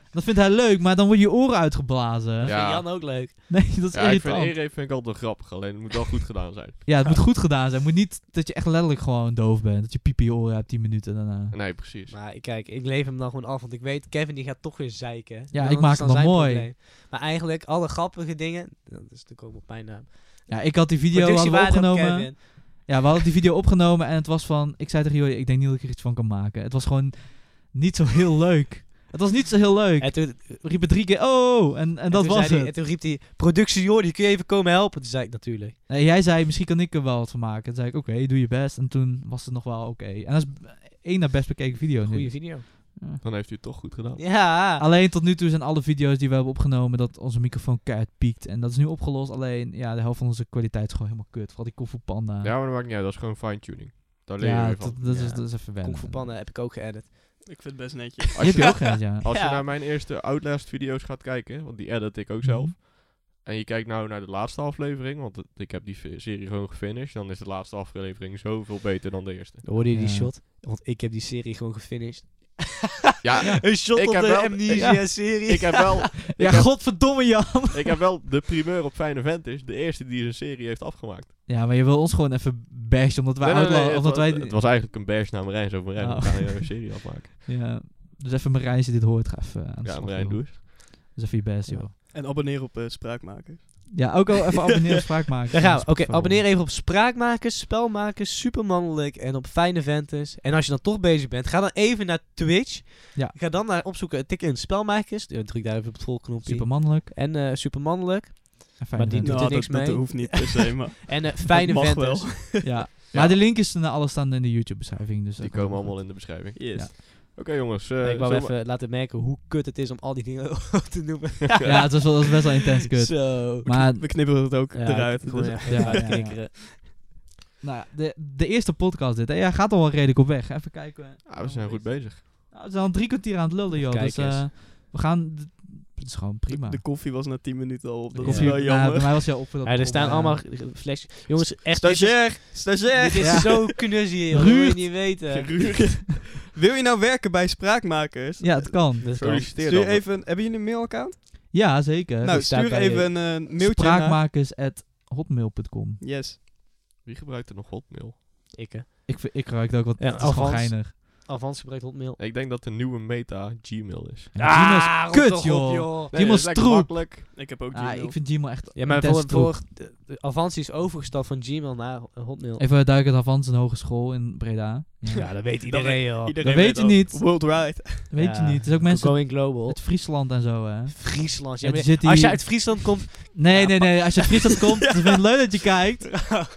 Dat vindt hij leuk, maar dan word je je oren uitgeblazen. Dat Ja. vind Jan ook leuk. Nee, dat is Ja, ik vind irritant. Ere vind ik altijd wel grappig, alleen het moet wel goed gedaan zijn. Ja, het moet goed gedaan zijn. Het moet niet dat je echt letterlijk gewoon doof bent. Dat je piep in je oren hebt tien minuten daarna. Nee, precies. Maar ik- kijk, ik leef hem dan gewoon af, want ik weet, Kevin die gaat toch weer zeiken. Ja, En ik dan maak is dan het nog zijn mooi. probleem. Maar eigenlijk, alle grappige dingen, dat is natuurlijk ook op mijn naam. Ja, ik had die video hadden we Productiewaarde op opgenomen. Kevin. Ja, we hadden die video opgenomen en het was van... Ik zei tegen jullie, ik denk niet dat ik er iets van kan maken. Het was gewoon niet zo heel leuk. Het was niet zo heel leuk. En toen, We riepen drie keer, oh, en, en dat toen was zei hij- het. en toen riep hij, productie Jordi, kun je even komen helpen? Toen zei ik natuurlijk. Nee, jij zei, misschien kan ik er wel wat van maken. Toen zei ik, oké, doe je best. En toen was het nog wel oké. En dat is één naar best bekeken video nu. Goeie video. Ja. Dan heeft u het toch goed gedaan. Ja. Alleen tot nu toe zijn alle video's die we hebben opgenomen dat onze microfoon keihard piekt. En dat is nu opgelost. Alleen, ja, de helft van onze kwaliteit is gewoon helemaal kut. Vooral die Kung Fu Panda. Ja, maar dat maakt niet uit. Dat is gewoon fine-tuning. Daar leer je Ja, weer dat, van. dat, is, Ja. dat is even wennen. Kung Fu Panda heb ik ook geëdit. Ik vind het best netjes. Die heb je ook gehad, ja. Als je Ja. naar mijn eerste Outlast-video's gaat kijken, want die edit ik ook zelf. Mhm. En je kijkt nou naar de laatste aflevering, want het- ik heb die v- serie gewoon gefinished. Dan is de laatste aflevering zoveel beter dan de eerste. Hoorde je die Ja. shot? Want ik heb die serie gewoon gefinished. Ja, Een shot Ik op heb de wel- Amnesia-serie. ik heb wel, Ja, heb- godverdomme Jan. ik heb wel de primeur op Fijne Vantage, de eerste die zijn serie heeft afgemaakt. Ja, maar je wil ons gewoon even bashen omdat wij Nee, nee, outlaw- nee, het, omdat wa- wij... het was eigenlijk een bash naar Marijn, zo Marijn, Oh. we gaan een serie afmaken. Ja, dus even Marijn, als je dit hoort, ga even aan de Ja, slag, Marijn, joh. doe eens. Dus even je best, joh. En abonneer op uh, Spraakmakers. Ja, ook al even abonneren, spraak maken. Daar gaan we. Oké, Spotify. abonneer even op Spraakmakers, Spelmakers, Supermannelijk en op Fijne Ventes. En als je dan toch bezig bent, ga dan even naar Twitch. Ja. Ga dan naar opzoeken, tik in Spelmakers. Ja, druk daar even op het volknopje. Supermannelijk. En eh, Supermannelijk. En fijne Maar die vent. doet er niks dat, mee. dat hoeft niet per se, maar En eh, Fijne mag Ventes. wel. Ja. Maar de link is naar alles staan in de YouTube-beschrijving. Dus Die dat komen kan allemaal in de beschrijving. Yes. Ja. Oké jongens, eh, ik wou zullen we- even laten merken hoe kut het is om al die dingen op te noemen. Ja, het was, wel, dat is best wel intens kut. Zo. Maar We knipperen het ook Ja, eruit. gewoon Dus- even Ja, ja, ja. uitknikkeren. nou, ja, de, de eerste podcast dit. Hè? Ja, gaat al wel redelijk op weg. Even kijken. Ja, we zijn goed bezig. Nou, we zijn al drie kwartier aan het lullen, joh. Kijk Dus eens. eh, we gaan... d- Het is gewoon prima. De, de koffie was na tien minuten al op. Dat De is koffie- wel nou, jammer. bij mij was hij al op. voor dat Ja, er staan ja. allemaal flesjes. Jongens, echt. dit is- Stagiair! Stagiair! Dit is Ja. zo knus hier, joh. Dat wil je Ruurt. niet weten. Ruud. Wil je nou werken bij Spraakmakers? Ja, het kan. Dat kan. Gefeliciteerd Stuur dan. even, hebben jullie een mailaccount? Ja, zeker. nou, die staat stuur bij even een eh, mailtje naar... Spraakmakers at hotmail punt com. Yes. Wie gebruikt er nog Hotmail? Ik, hè. Ik, vind- ik gebruik het ook, want Ja, het is gewoon Avans. geinig. Avans gebruikt Hotmail. Ik denk dat de nieuwe meta Gmail is. Ja, Gmail is Ah, rot kut, toch joh. op, joh. Nee, Gmail dat is lekker troep. makkelijk. Ik heb ook Ah, Gmail. ik vind Gmail echt Ja, maar intens voor, troep. voor de, de Avanti is overgestapt van Gmail naar eh, Hotmail. Even duiken het Avans, een hogeschool in Breda. Ja. Ja, dat weet iedereen, iedereen, joh. Iedereen Dat weet je al. niet. Worldwide. Weet Ja, je niet. Het is ook mensen Going global. uit Friesland en zo, hè. Friesland. Ja, Ja, maar die zit Als je hier- uit Friesland komt... Nee, Ja, nee, nee. Als je uit Friesland komt, dan vind ik het leuk dat je kijkt.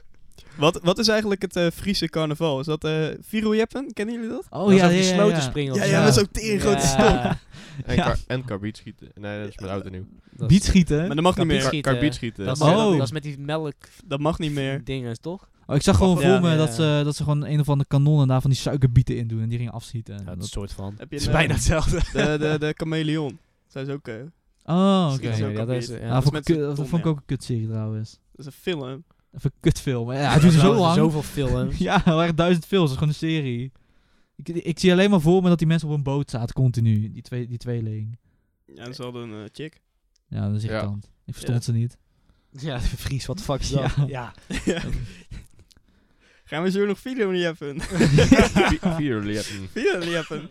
Wat, wat is eigenlijk het eh, Friese carnaval? Is dat uh, Virojeppen? Kennen jullie dat? Oh ja, ja, ja, sloten ja. springen. Ja, of ja, zo. met zo'n tering grote stok. Ja, En, Ja. kar en karbiet schieten. Nee, dat is met oud en nieuw. dat is- Bietschieten. Maar dat mag niet Karbiet meer. schieten. Karbiet schieten. Dat is, Oh. dat is met die melk Dat mag niet meer. dingen, toch? Oh, ik zag gewoon Ja, voor me ja, dat, ja. ze, dat ze gewoon een of andere kanonnen daar van die suikerbieten in doen en die gingen afschieten. Ja, dat is Dat- een soort van. Heb je Het is een, bijna eh, hetzelfde. De, de, de chameleon. Zijn ze ook... eh, Oh, oké. Schieten ze ook Ja, dat is, karbiet. ja. Ja, dat vond is ik, met kut- z'n dat tom, vond ik ja. ook een kutserie trouwens. Dat is een film. Even een kutfilm. Ja, het duurde zo lang. Zoveel films. Ja, er waren duizend films. Dat is gewoon een serie. Ik, ik zie alleen maar voor me dat die mensen op een boot zaten continu. Die, twee, die tweeling. Ja, ze hadden een eh, chick. Ja, dat is Ja. irritant. Ik verstond Ja. ze niet. Ja, Fries, wat de fuck is dat? Ja. Ja. Gaan we zo nog video niet hebben? Vier letten. Video niet hebben.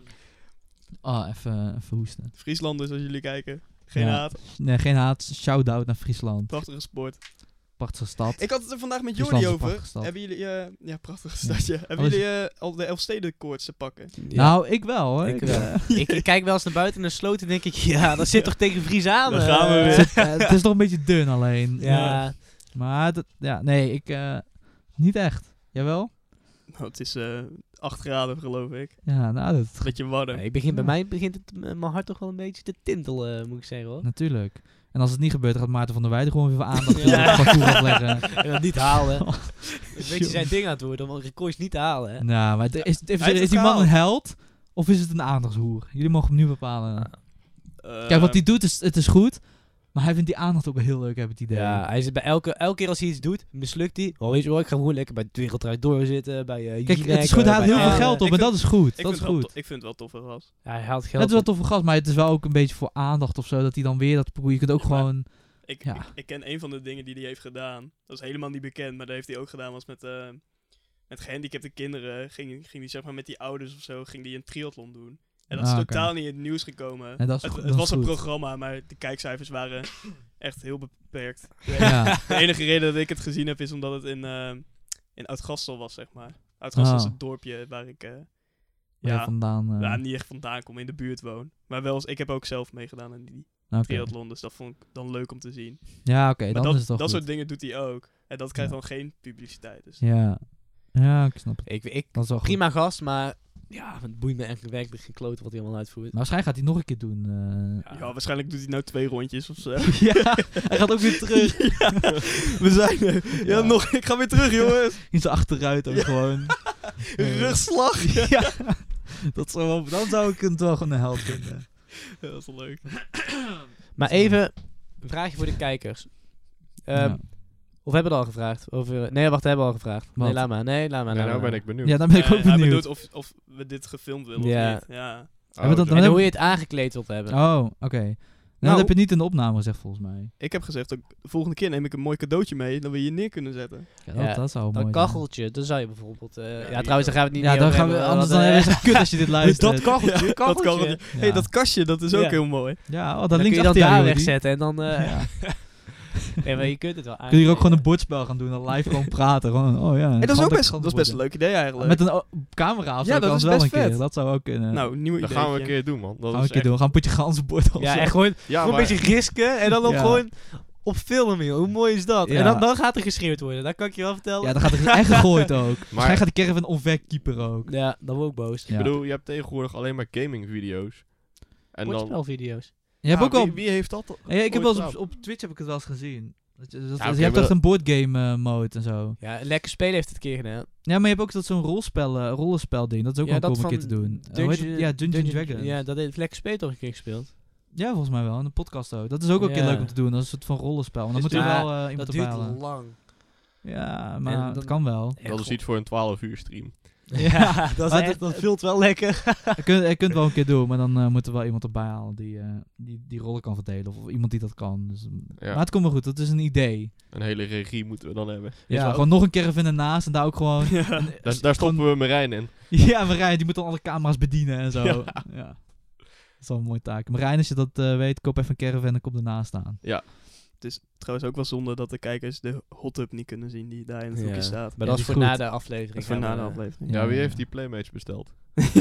Ah, even, even hoesten. Frieslanders, als jullie kijken. Geen Ja. haat. Nee, geen haat. Shout-out naar Friesland. Prachtige sport. Prachtige stad. Ik had het er vandaag met Friesland Jordi is een over. prachtige stad. Hebben jullie... eh ja, prachtige stadje. Hebben Alles- jullie eh, al de Elfstedenkoorts te pakken? Nou, ik wel hoor. Ik Ik, wel. eh, ik, ik kijk wel eens naar buiten in de sloot en denk ik, ja, dat zit toch tegen Fries aan? Daar gaan we eh. weer. het, is- eh, het is nog een beetje dun alleen. Ja, Maar dat, ja, nee, ik eh, niet echt. Jawel? Nou, het is eh acht graden, geloof ik. Ja, nou, dat Beetje warm. Nee, ik begin, bij Ja. mij begint het eh, mijn hart toch wel een beetje te tintelen, moet ik zeggen hoor. natuurlijk. En als het niet gebeurt, dan gaat Maarten van der Weijden gewoon weer voor aandacht Ja. ja. parcours afleggen. En dat niet halen. Oh, Een beetje zijn ding aan het worden om records niet te halen. Hè. Nou, maar de- is, is, Hij heeft is het die man gehaald. een held? Of is het een aandachtshoer? Jullie mogen hem nu bepalen. Eh, Kijk, wat hij doet, is, het is goed. Maar hij vindt die aandacht ook wel heel leuk, heb ik het idee. Ja, hij zit bij elke, elke keer als hij iets doet, mislukt hij. Oh, weet je wel, ik ga gewoon lekker bij het Wereldrijd doorzitten, bij uh, Kijk, Jinek, het is goed, hij eh, had bij heel veel Ellen. geld op Ik en vind- dat is goed. Ik Dat vind, is het wel goed. to- ik vind het wel toffe gast. Ja, hij haalt Het geld is wel op. tof voor gast, maar het is wel ook een beetje voor aandacht of zo, dat hij dan weer dat pokoe. Je kunt ook Ja, maar- gewoon... Ik, Ja. ik, ik ken een van de dingen die hij heeft gedaan. Dat is helemaal niet bekend, maar dat heeft hij ook gedaan. Was met, uh, met gehandicapte kinderen. Ging, ging hij zeg maar met die ouders of zo, ging hij een triathlon doen. En dat is Ah, oké. totaal niet in het nieuws gekomen. En dat is het go- het dat was is een goed. programma, maar de kijkcijfers waren echt heel beperkt. De, Ja. de enige reden dat ik het gezien heb is omdat het in, uh, in Oud-Gastel was, zeg maar. Oud-Gastel is Ah. het dorpje waar ik uh, Waar je ja, vandaan... eh, ja, niet echt vandaan kom, in de buurt woon. Maar wel, eens- ik heb ook zelf meegedaan aan die oké. triathlon, dus dat vond ik dan leuk om te zien. Ja, oké, Maar dan dat, is het toch dat goed. soort dingen doet hij ook. En dat krijgt Ja. dan geen publiciteit. Dus. Ja. Ja, ik snap het. Ik, ik, Dat is wel goed. prima gast, maar ja, het boeit me echt werkelijk geen klote wat hij allemaal uitvoert. Maar waarschijnlijk gaat hij nog een keer doen. eh. Ja, waarschijnlijk doet hij nou twee rondjes of zo. ja, hij gaat ook weer terug. We zijn er. Ja, Ja. nog. Ik ga weer terug, jongens. In zijn achteruit ook Ja. gewoon. Rugslag. ja. Dat zou wel, dan zou ik het wel gewoon een held vinden. Ja, dat is wel leuk. Maar even een vraagje voor de kijkers. Ehm, ja. Of hebben we het al gevraagd? Over, nee, wacht, hebben we al gevraagd. Nee, Wat? laat maar. Nee, laat maar. Ja, laat nou maar. ben ik benieuwd. ja, dan ben ik Eh, ook hij benieuwd. bedoelt of, of we dit gefilmd willen Ja. of niet. Ja. Oh, Hebben we dat oké. dan- En hoe je het aangekleed wilt hebben. Oh, oké. Nou, Nou- dat heb je niet in de opname gezegd volgens mij. Ik heb gezegd, ook, de volgende keer neem ik een mooi cadeautje mee, dat we hier neer kunnen zetten. Ja, dat, Ja, dat zou Een mooi zijn. kacheltje, dan zou je bijvoorbeeld... eh, ja, die trouwens, daar gaan we het niet Ja, meer dan over gaan we, hebben, anders want, dan eh, hebben ze kut als je dit luistert. Dat kacheltje, Ja, dat kacheltje. kacheltje. hey, dat kastje, dat is ook Ja. heel mooi. Ja, oh, Dan dat kun links je dat achter jou, daar Jordi. wegzetten en dan... eh Ja. nee, maar je kunt het wel Kun je hier ook gewoon een aankleden. bordspel gaan doen, dan live gewoon praten. Gewoon, oh ja. Hey, dat is ook Gewoon best, dat is best een leuk idee eigenlijk. Met een o- camera of zo Ja, kan dat is het wel best een keer. vet. Dat zou ook kunnen. Nou, nieuw Dat idee. gaan we een keer doen, man. Dat gaan we is een keer echt- doen. We gaan een potje ganzenbord of Ja, zo. echt gewoon, Ja, gewoon maar een beetje risken en dan ook Ja. gewoon op filmen, joh. Hoe mooi is dat? Ja. En dan, dan gaat er geschreeuwd worden. Dat kan ik je wel vertellen. Ja, dan gaat er echt gegooid ook. Waarschijnlijk gaat die caravan onverkeeper ook. Ja, dan word ik boos. Ja. ik bedoel, je hebt tegenwoordig alleen maar gaming video's. En dan... Bordspelvideo's. Je hebt Ja, ook wel... wie, wie heeft dat? Ja, ik heb ooit wel eens gedaan? op, op Twitch heb ik het wel eens gezien. Dat je, dat- Ja, je oké, hebt maar echt een boardgame eh, mode en zo. Ja, lekker spelen heeft het een keer gedaan. Ja, maar je hebt ook dat zo'n rolspel, eh, rollenspel ding. Dat is ook Ja, wel dat cool om een van keer te doen. Eh, hoe heet het? Ja, Dungeon, Dragons. Ja, dat heeft lekker spelen toch een keer gespeeld. Ja, volgens mij wel. In een podcast ook. Dat is ook wel een keer Ja. leuk om te doen. Dat is een soort van rollenspel. Maar dan Dus moet je ja, wel eh, iemand Dat erbij duurt halen. lang. Ja, maar En het dan- kan wel. Dat is iets voor een twaalf uur stream. Ja, dat, Maar is echt, het- dat vult wel lekker. Je kunt, je kunt wel een keer doen, maar dan eh, moet er wel iemand erbij halen die, eh, die die rollen kan verdelen. Of, of iemand die dat kan. Dus, mm. Ja. Maar het komt wel goed, dat is een idee. Een hele regie moeten we dan hebben. Ja, wel- gewoon nog een caravan ernaast en daar ook gewoon... Ja. een- Daar, daar stoppen gewoon- we Marijn in. Ja, Marijn, die moet dan alle camera's bedienen en zo. Ja. Ja. Dat is wel een mooie taak. Marijn, als je dat eh, weet, koop even een caravan en kom ernaast staan. Het is trouwens ook wel zonde dat de kijkers de hot tub niet kunnen zien die daar in het Ja. hoekje staat. Maar Ja, dat die is voor is na goed. de Dat aflevering. is voor gaan na we- de aflevering. Ja, wie Ja. heeft die Playmates besteld?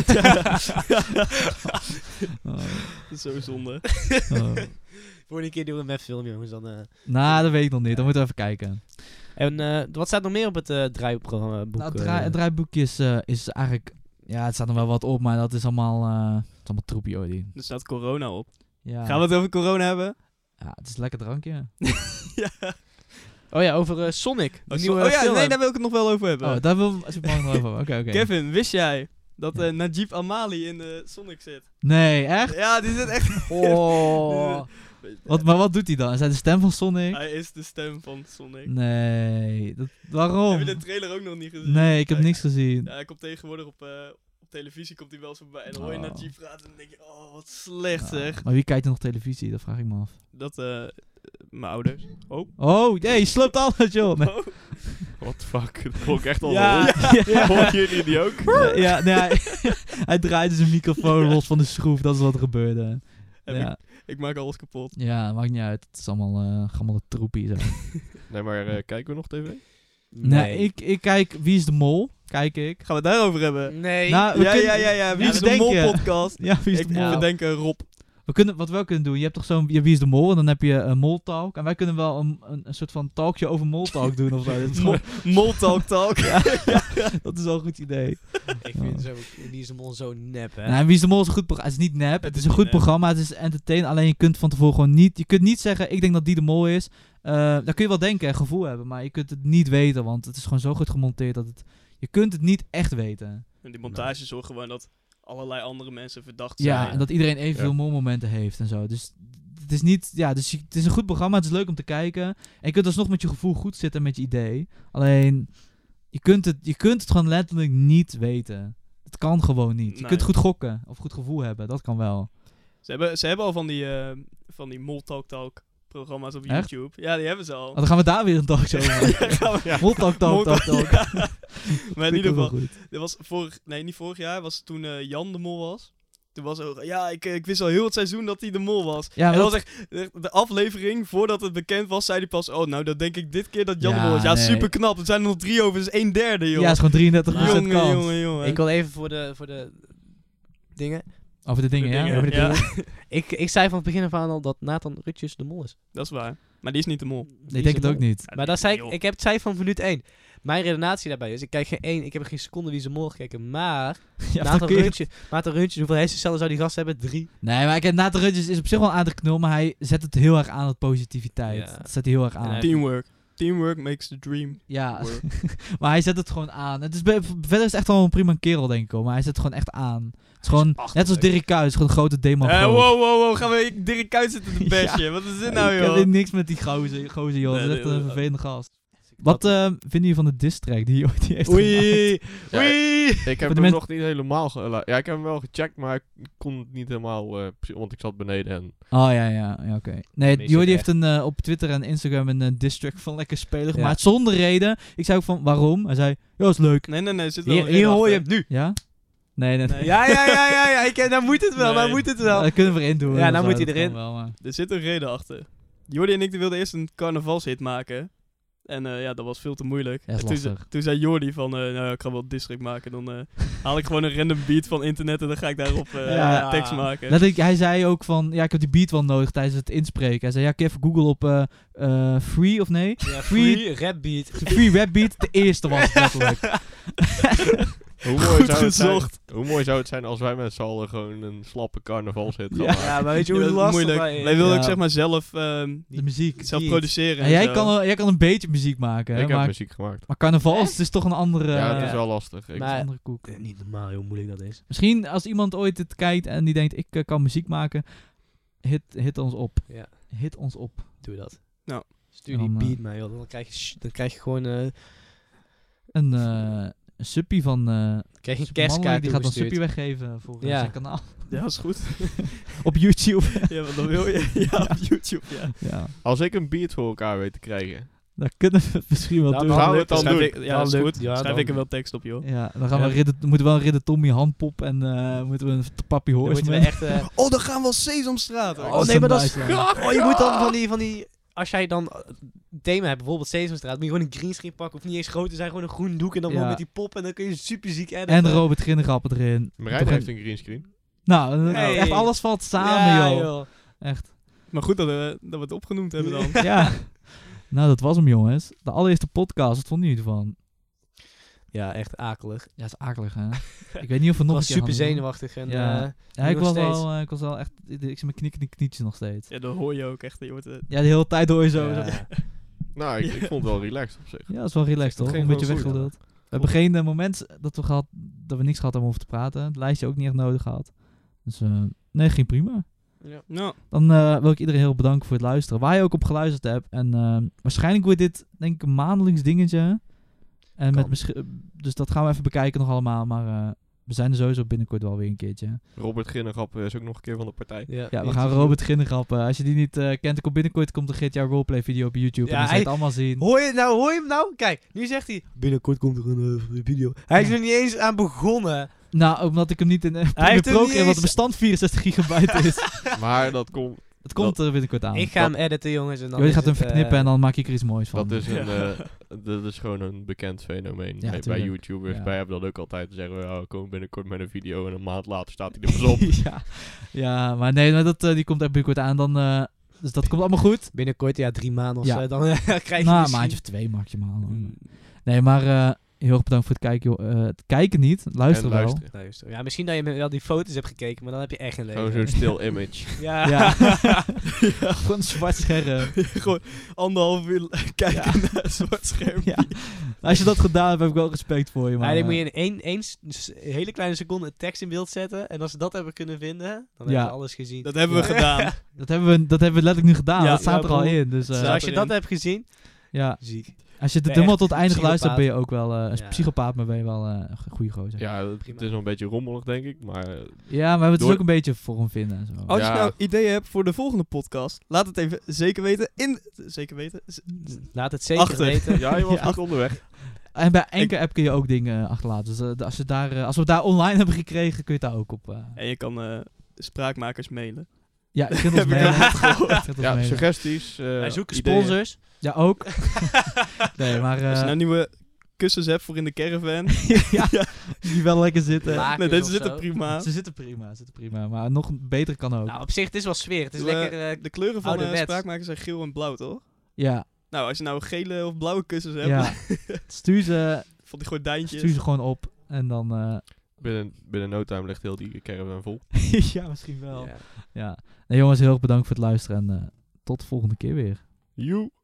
Oh, Dat is zo zonde. oh. Voor een keer doen we met film, jongens. Dan, eh. Nou, dat weet ik nog niet. Dan moeten we even kijken. En eh, wat staat nog meer op het eh draaiprogramma? Boek, Nou, het, draai- het draaiboekje is, eh, is eigenlijk... Ja, het staat nog wel wat op, maar dat is allemaal, eh het is allemaal troepie, hoor. Die. Er staat corona op. Ja. Gaan we het over corona hebben? Ja, het is een lekker drankje. Ja. Oh ja, over eh, Sonic. De Oh, so- nieuwe oh ja, film. nee, daar wil ik het nog wel over hebben. Oh, daar wil ik nog over. Oké, oké. Kevin, wist jij dat Ja. eh, Najib Amali in de Sonic zit? Nee, echt? Ja, die zit echt... Oh. Wat, maar wat doet hij dan? Is hij de stem van Sonic? Hij is de stem van Sonic. Nee. Dat, Heb waarom? je de trailer ook nog niet gezien? Nee, ik heb Hij- niks gezien. Ja, hij komt tegenwoordig op, eh, op televisie komt hij wel eens voorbij. En dan hoor je Oh. Najib praten en dan denk je, oh, wat slecht Ja, zeg. maar wie kijkt er nog televisie? Dat vraag ik me af. Dat, eh, mijn ouders. Oh. Oh, nee, je sloopt alles, joh. Nee. Oh. What the fuck? Dat klonk echt al Ja, ja. ja. Horen jullie die ook? Ja, ja, nee, hij, hij draaide zijn microfoon los van de schroef. Dat is wat er gebeurde. En Ja, ik, ik maak alles kapot. ja, maakt niet uit. Het is allemaal, uh, allemaal een troepie. Zo. Nee, maar eh, kijken we nog tv? Nee, ik, ik kijk Wie is de Mol? Kijk ik. Gaan we het daarover hebben? Nee. Nou, we Ja, kunnen- ja, ja, ja. Wie Ja, is we de Mol denken- podcast? Ja, Wie is Ik de Mol? ja. we denken Rob. We kunnen, wat we wel kunnen doen, je hebt toch zo'n ja, Wie is de Mol? En dan heb je een Mol-talk. En wij kunnen wel een, een, een soort van talkje over Mol-talk doen of zo. Dat is, gewoon- Mol Talk Talk. dat is wel een goed idee. Ik vind zo, die is de mol zo nep, hè. Nou, en Wie is de Mol is een goed programma. Het is niet nep. Het is is een niet goed nep. programma. Het is entertain. Alleen je kunt van tevoren gewoon niet... Je kunt niet zeggen, ik denk dat die de Mol is. Uh, dan kun je wel denken en gevoel hebben. Maar je kunt het niet weten. Want het is gewoon zo goed gemonteerd dat het... Je kunt het niet echt weten. En die montage zorgt gewoon dat allerlei andere mensen verdacht Ja, zijn. en dat iedereen evenveel Ja. molmomenten heeft en zo. Dus Het is niet, ja, dus je- het is een goed programma, het is leuk om te kijken. En je kunt alsnog met je gevoel goed zitten en met je idee. Alleen, je kunt het, je kunt het gewoon letterlijk niet weten. Het kan gewoon niet. Je Nee. kunt goed gokken of goed gevoel hebben, dat kan wel. Ze hebben, ze hebben al van die, eh van die Mol Talk Talk programma's op Echt? YouTube. Ja, die hebben ze al. Oh, dan gaan we daar weer een talkshow over. Ja, gaan we- Mol talk, talk, Mol talk, Talk, talk. ja. Maar in Vind ik ieder ook wel geval, goed. dit was vorig, nee niet vorig jaar, was toen eh, Jan de Mol was. Toen was ook, ja, ik, eh, ik wist al heel het seizoen dat hij de Mol was. Ja, en maar dat dat- was echt, echt de aflevering, voordat het bekend was, zei hij pas, oh nou, dan denk ik dit keer dat Jan Ja, de Mol is. Ja, nee. super knap. Er zijn er nog drie over, dus een derde, joh. Ja, het is gewoon drieëndertig procent jongen, kans. jongen, jongen. Ik wil even voor de, voor de dingen. Over de dingen, De ja. dingen, Over de ja. dingen. Ik, ik zei van het begin af aan al dat Nathan Rutjes de mol is. Dat is waar. Maar die is niet de Mol. Die Ik is denk de het ook mol. niet. Maar dat zei ik, Joh. ik heb het zei van minuut één. Mijn redenatie daarbij is, ik kijk geen één, ik heb er geen seconde wie ze mol gekeken, maar Ja, Nathan dat kun je- Rutjes, Nathan Rutjes, hoeveel hersencellen zou die gast hebben? Drie. Nee, maar ik heb Nathan Rutjes is op zich wel een aardig knul, maar hij zet het heel erg aan op positiviteit. Ja. Dat zet hij heel erg aan. En hij- Teamwork. Teamwork makes the dream Ja, work. maar hij zet het gewoon aan. Het is be- verder is het echt wel een prima kerel, denk ik hoor. Maar hij zet het gewoon echt aan. Het is gewoon, net als Dirk Kuyt, gewoon een grote demagoog. Eh, wow, wow, wow. Gaan we Dirk Kuyt zitten te bestje? Wat is dit nou, Ik joh? heb niks met die gozer, gozer joh. Nee, dat is echt nee, een nee. vervelende gast. Wat eh, vinden jullie van de diss track die hij die heeft gemaakt? Oei, Ja, oei. Ik heb de hem men- nog niet helemaal... gelu- Ja, ik heb hem wel gecheckt, maar ik kon het niet helemaal... eh, precies- want ik zat beneden en... Oh ja, ja, ja oké. Nee, Mis Jordi je heeft een, eh, op Twitter en Instagram een uh, diss track van Lekker Spelen Ja. gemaakt. Zonder reden. Ik zei ook van, waarom? Hij zei, ja, is leuk. Nee, nee, nee. Er zit wel Hier, een hier reden hoor je achter. hem nu. Ja? Nee, nee, nee. Nee. Ja, ja, ja, ja, ja. Ik, eh, nou moet het wel, nou Nee. moet het Ja, wel. dat kunnen we erin doen. Ja, of nou zo, moet hij dat erin. kan Wel, maar. Er zit een reden achter. Jordi en ik die wilden eerst een carnavalshit maken. En eh, ja, dat was veel te moeilijk. Ja, is En toen, ze- lastig. toen zei Jordi van, eh, nou ja, ik ga wel een district maken. Dan eh, haal ik gewoon een random beat van internet en dan ga ik daarop eh, Ja. tekst maken. Letterlijk, hij zei ook van, ja, ik heb die beat wel nodig tijdens het inspreken. Hij zei, ja, kun je even Google op eh, eh, Free of nee? Ja, Free- free rap beat. Free Rap Beat, de eerste was het letterlijk. Hoe mooi, Goed zou het zijn, gezocht. hoe mooi zou het zijn als wij met z'n allen gewoon een slappe carnavalshit gaan Ja. maken? Ja, maar weet je Ja, hoe dat is lastig moeilijk. wij- Wij wilden Ja. ook zeg maar zelf, ehm, De muziek. zelf Beat. produceren. En En jij zo. kan, wel- jij kan een beetje muziek maken, hè, Ik heb maar, muziek gemaakt. maar carnaval is dus toch een andere, ja, het eh, is wel lastig. Ik, Maar- een andere koek. Eh, Niet normaal hoe moeilijk dat is. Misschien als iemand ooit het kijkt en die denkt, ik eh, kan muziek maken, hit, hit ons op. Ja, Hit ons op. doe dat. Nou. Stuur die Dan, eh, beat mij, joh. Dan krijg je, sh- dan krijg je gewoon eh, Een, eh een suppie van uh, krijg je een kerstkaart die gaat dan toegestuurd. suppie weggeven voor eh, Ja. zijn kanaal. Ja, is goed. Op YouTube. Ja, want dan wil je. Ja, op YouTube, ja. Ja. als ik een beat voor elkaar weet te krijgen. Dan kunnen we het misschien wel Nou, doen. gaan we lukt- het dan Schrijf doen. ik- ja, Dan dat is lukt- goed. ja, Schrijf dan- ik er wel tekst op, joh. Ja, dan gaan Ja. we ridder, moeten we een Ridder Tommy handpop en eh moeten we een Papi Dan Horse moeten we mee. echt... eh, Oh, dan gaan we wel Sesamstraat. hoor. Oh, oh dat nee, maar dat is is... nice, Oh, je moet dan van die... Van die als jij dan eh, thema hebt, bijvoorbeeld Sesamstraat, moet je gewoon een greenscreen pakken, of niet eens groot te zijn, gewoon een groen doek en dan Ja. gewoon met die pop en dan kun je super ziek editen. En Robert Ginnegappen erin. Marijn Toch heeft een- een greenscreen. Nou, eh, Hey. echt alles valt samen, Ja, joh. Echt. Maar goed dat we, dat we het opgenoemd hebben dan. Ja. Nou, dat was hem, jongens. De allereerste podcast. Wat vonden jullie ervan? Ja, echt akelig. Ja, het is akelig, hè? Ik weet niet of we Ik nog was een keer super gaan doen. zenuwachtig en... Ja. eh, Ja, ik nog was, steeds. wel, eh, ik was wel echt... Ik zit met knikken en knietjes nog steeds. Ja, dat hoor je ook echt. Je hoort het. Ja, de hele tijd hoor je zo. ja. zo. Nou, ik, ik vond het wel relaxed op zich. Ja, dat is wel relaxed, Dat toch? ging Een beetje gewoon goed, weggeluld. We hebben geen eh, moment dat we, gehad, dat we niks gehad hebben om over te praten. Het lijstje ook niet echt nodig gehad. Dus eh, nee, ging prima. Ja. Nou, Dan eh, wil ik iedereen heel bedanken voor het luisteren. Waar je ook op geluisterd hebt. En eh, waarschijnlijk wordt dit, denk ik, een maandelijks dingetje. En met Kan. misschien, dus dat gaan we even bekijken nog allemaal. Maar eh, we zijn er sowieso binnenkort wel weer een keertje. Robert Ginnegap is ook nog een keer van de partij. Ja, we gaan Robert Ginnegrap. eh, als je die niet eh, kent, er komt binnenkort komt een G T A Roleplay video op YouTube. Ja, en dan hij- zal je het allemaal zien. Hoor je het nou? Hoor je hem nou? Kijk, nu zegt hij... Binnenkort komt er een eh, video. Hij is Ja. er niet eens aan begonnen. Nou, omdat ik hem niet in uh, Hij heeft hem Pro niet kreeg, want eens- het bestand vierenzestig gigabyte is. Maar dat komt... Het komt er binnenkort aan. Ik ga hem editen, jongens. En dan Jullie is gaat hem het, verknippen eh, en dan maak ik er iets moois van. Dat is, een, Ja. eh, dat is gewoon een bekend fenomeen bij, bij tuurlijk. YouTubers. Ja. Wij hebben dat ook altijd. Te zeggen we, oh, we komen binnenkort met een video en een maand later staat hij er pas op. ja. ja, maar nee, maar dat, eh, die komt echt binnenkort aan. Dan, eh, dus dat komt allemaal goed. Binnenkort, ja, drie maanden of Ja. zo. Dan eh, krijg je Na een misschien- maandje of twee maximaal. Mm. Nee, maar eh, heel erg bedankt voor het kijken. joh. Eh, het kijken niet, luisteren En wel. luisteren. Luister. Ja, misschien dat je wel die foto's hebt gekeken, maar dan heb je echt geen leven. Gewoon zo'n stil image. Ja. Ja. Gewoon een zwart scherm. Gewoon anderhalf uur kijken Ja. naar een zwart scherm. Ja. Als je dat gedaan hebt, heb ik wel respect voor je. Maar, Maar dan moet je eh, in één, één s- s- hele kleine seconde een tekst in beeld zetten. En als ze dat hebben kunnen vinden, dan Ja. hebben ze alles gezien. Dat hebben we Ja. gedaan. dat, hebben we, dat hebben we letterlijk nu gedaan. Ja. dat staat Ja, er al broer. in. Dus, eh, Dus Staat als je erin. dat hebt gezien, ja. ziek. Als je het Ben helemaal echt tot het einde geluisterd hebt, ben psychopaat. je ook wel... eh, als Ja. psychopaat, maar ben je wel eh, een goede gozer. Ja, Ja, het, Prima. het is nog een beetje rommelig, denk ik. Maar eh, maar het is Door- ook een beetje vorm vinden en zo. Als Ja. je nou ideeën hebt voor de volgende podcast, laat het even zeker weten. In, zeker weten? Z- Laat het zeker Achter. weten. ja, je was Ja. goed onderweg. En bij Anchor app kun je ook dingen achterlaten. Dus eh, als, je daar, eh, als we het daar online hebben gekregen, kun je het daar ook op... eh, En je kan eh, spraakmakers mailen. ja, je kunt ons Heb ik mailen. net gehoord. Je kunt ons Ja, mailen. suggesties. eh, Wij zoeken ideeën. sponsors. Ja, ook. nee, maar... eh, Als je nou nieuwe kussens hebt voor in de caravan. ja, die wel lekker zitten. Lakens nee, deze of zitten zo. prima. Ze zitten prima, ze zitten prima. Maar nog beter kan ook. Nou, op zich, het is wel sfeer. Het is Doe, eh, lekker... eh, de kleuren van de ouderwets. spraakmakers zijn geel en blauw, toch? ja, Nou, als je nou gele of blauwe kussens hebt, ja. Stuur ze, van die gordijntjes. stuur ze gewoon op. En dan... eh, Binnen, binnen no time ligt heel die caravan vol. ja, misschien wel. ja. Ja. Nee jongens, heel erg bedankt voor het luisteren. En eh, tot de volgende keer weer. Joe.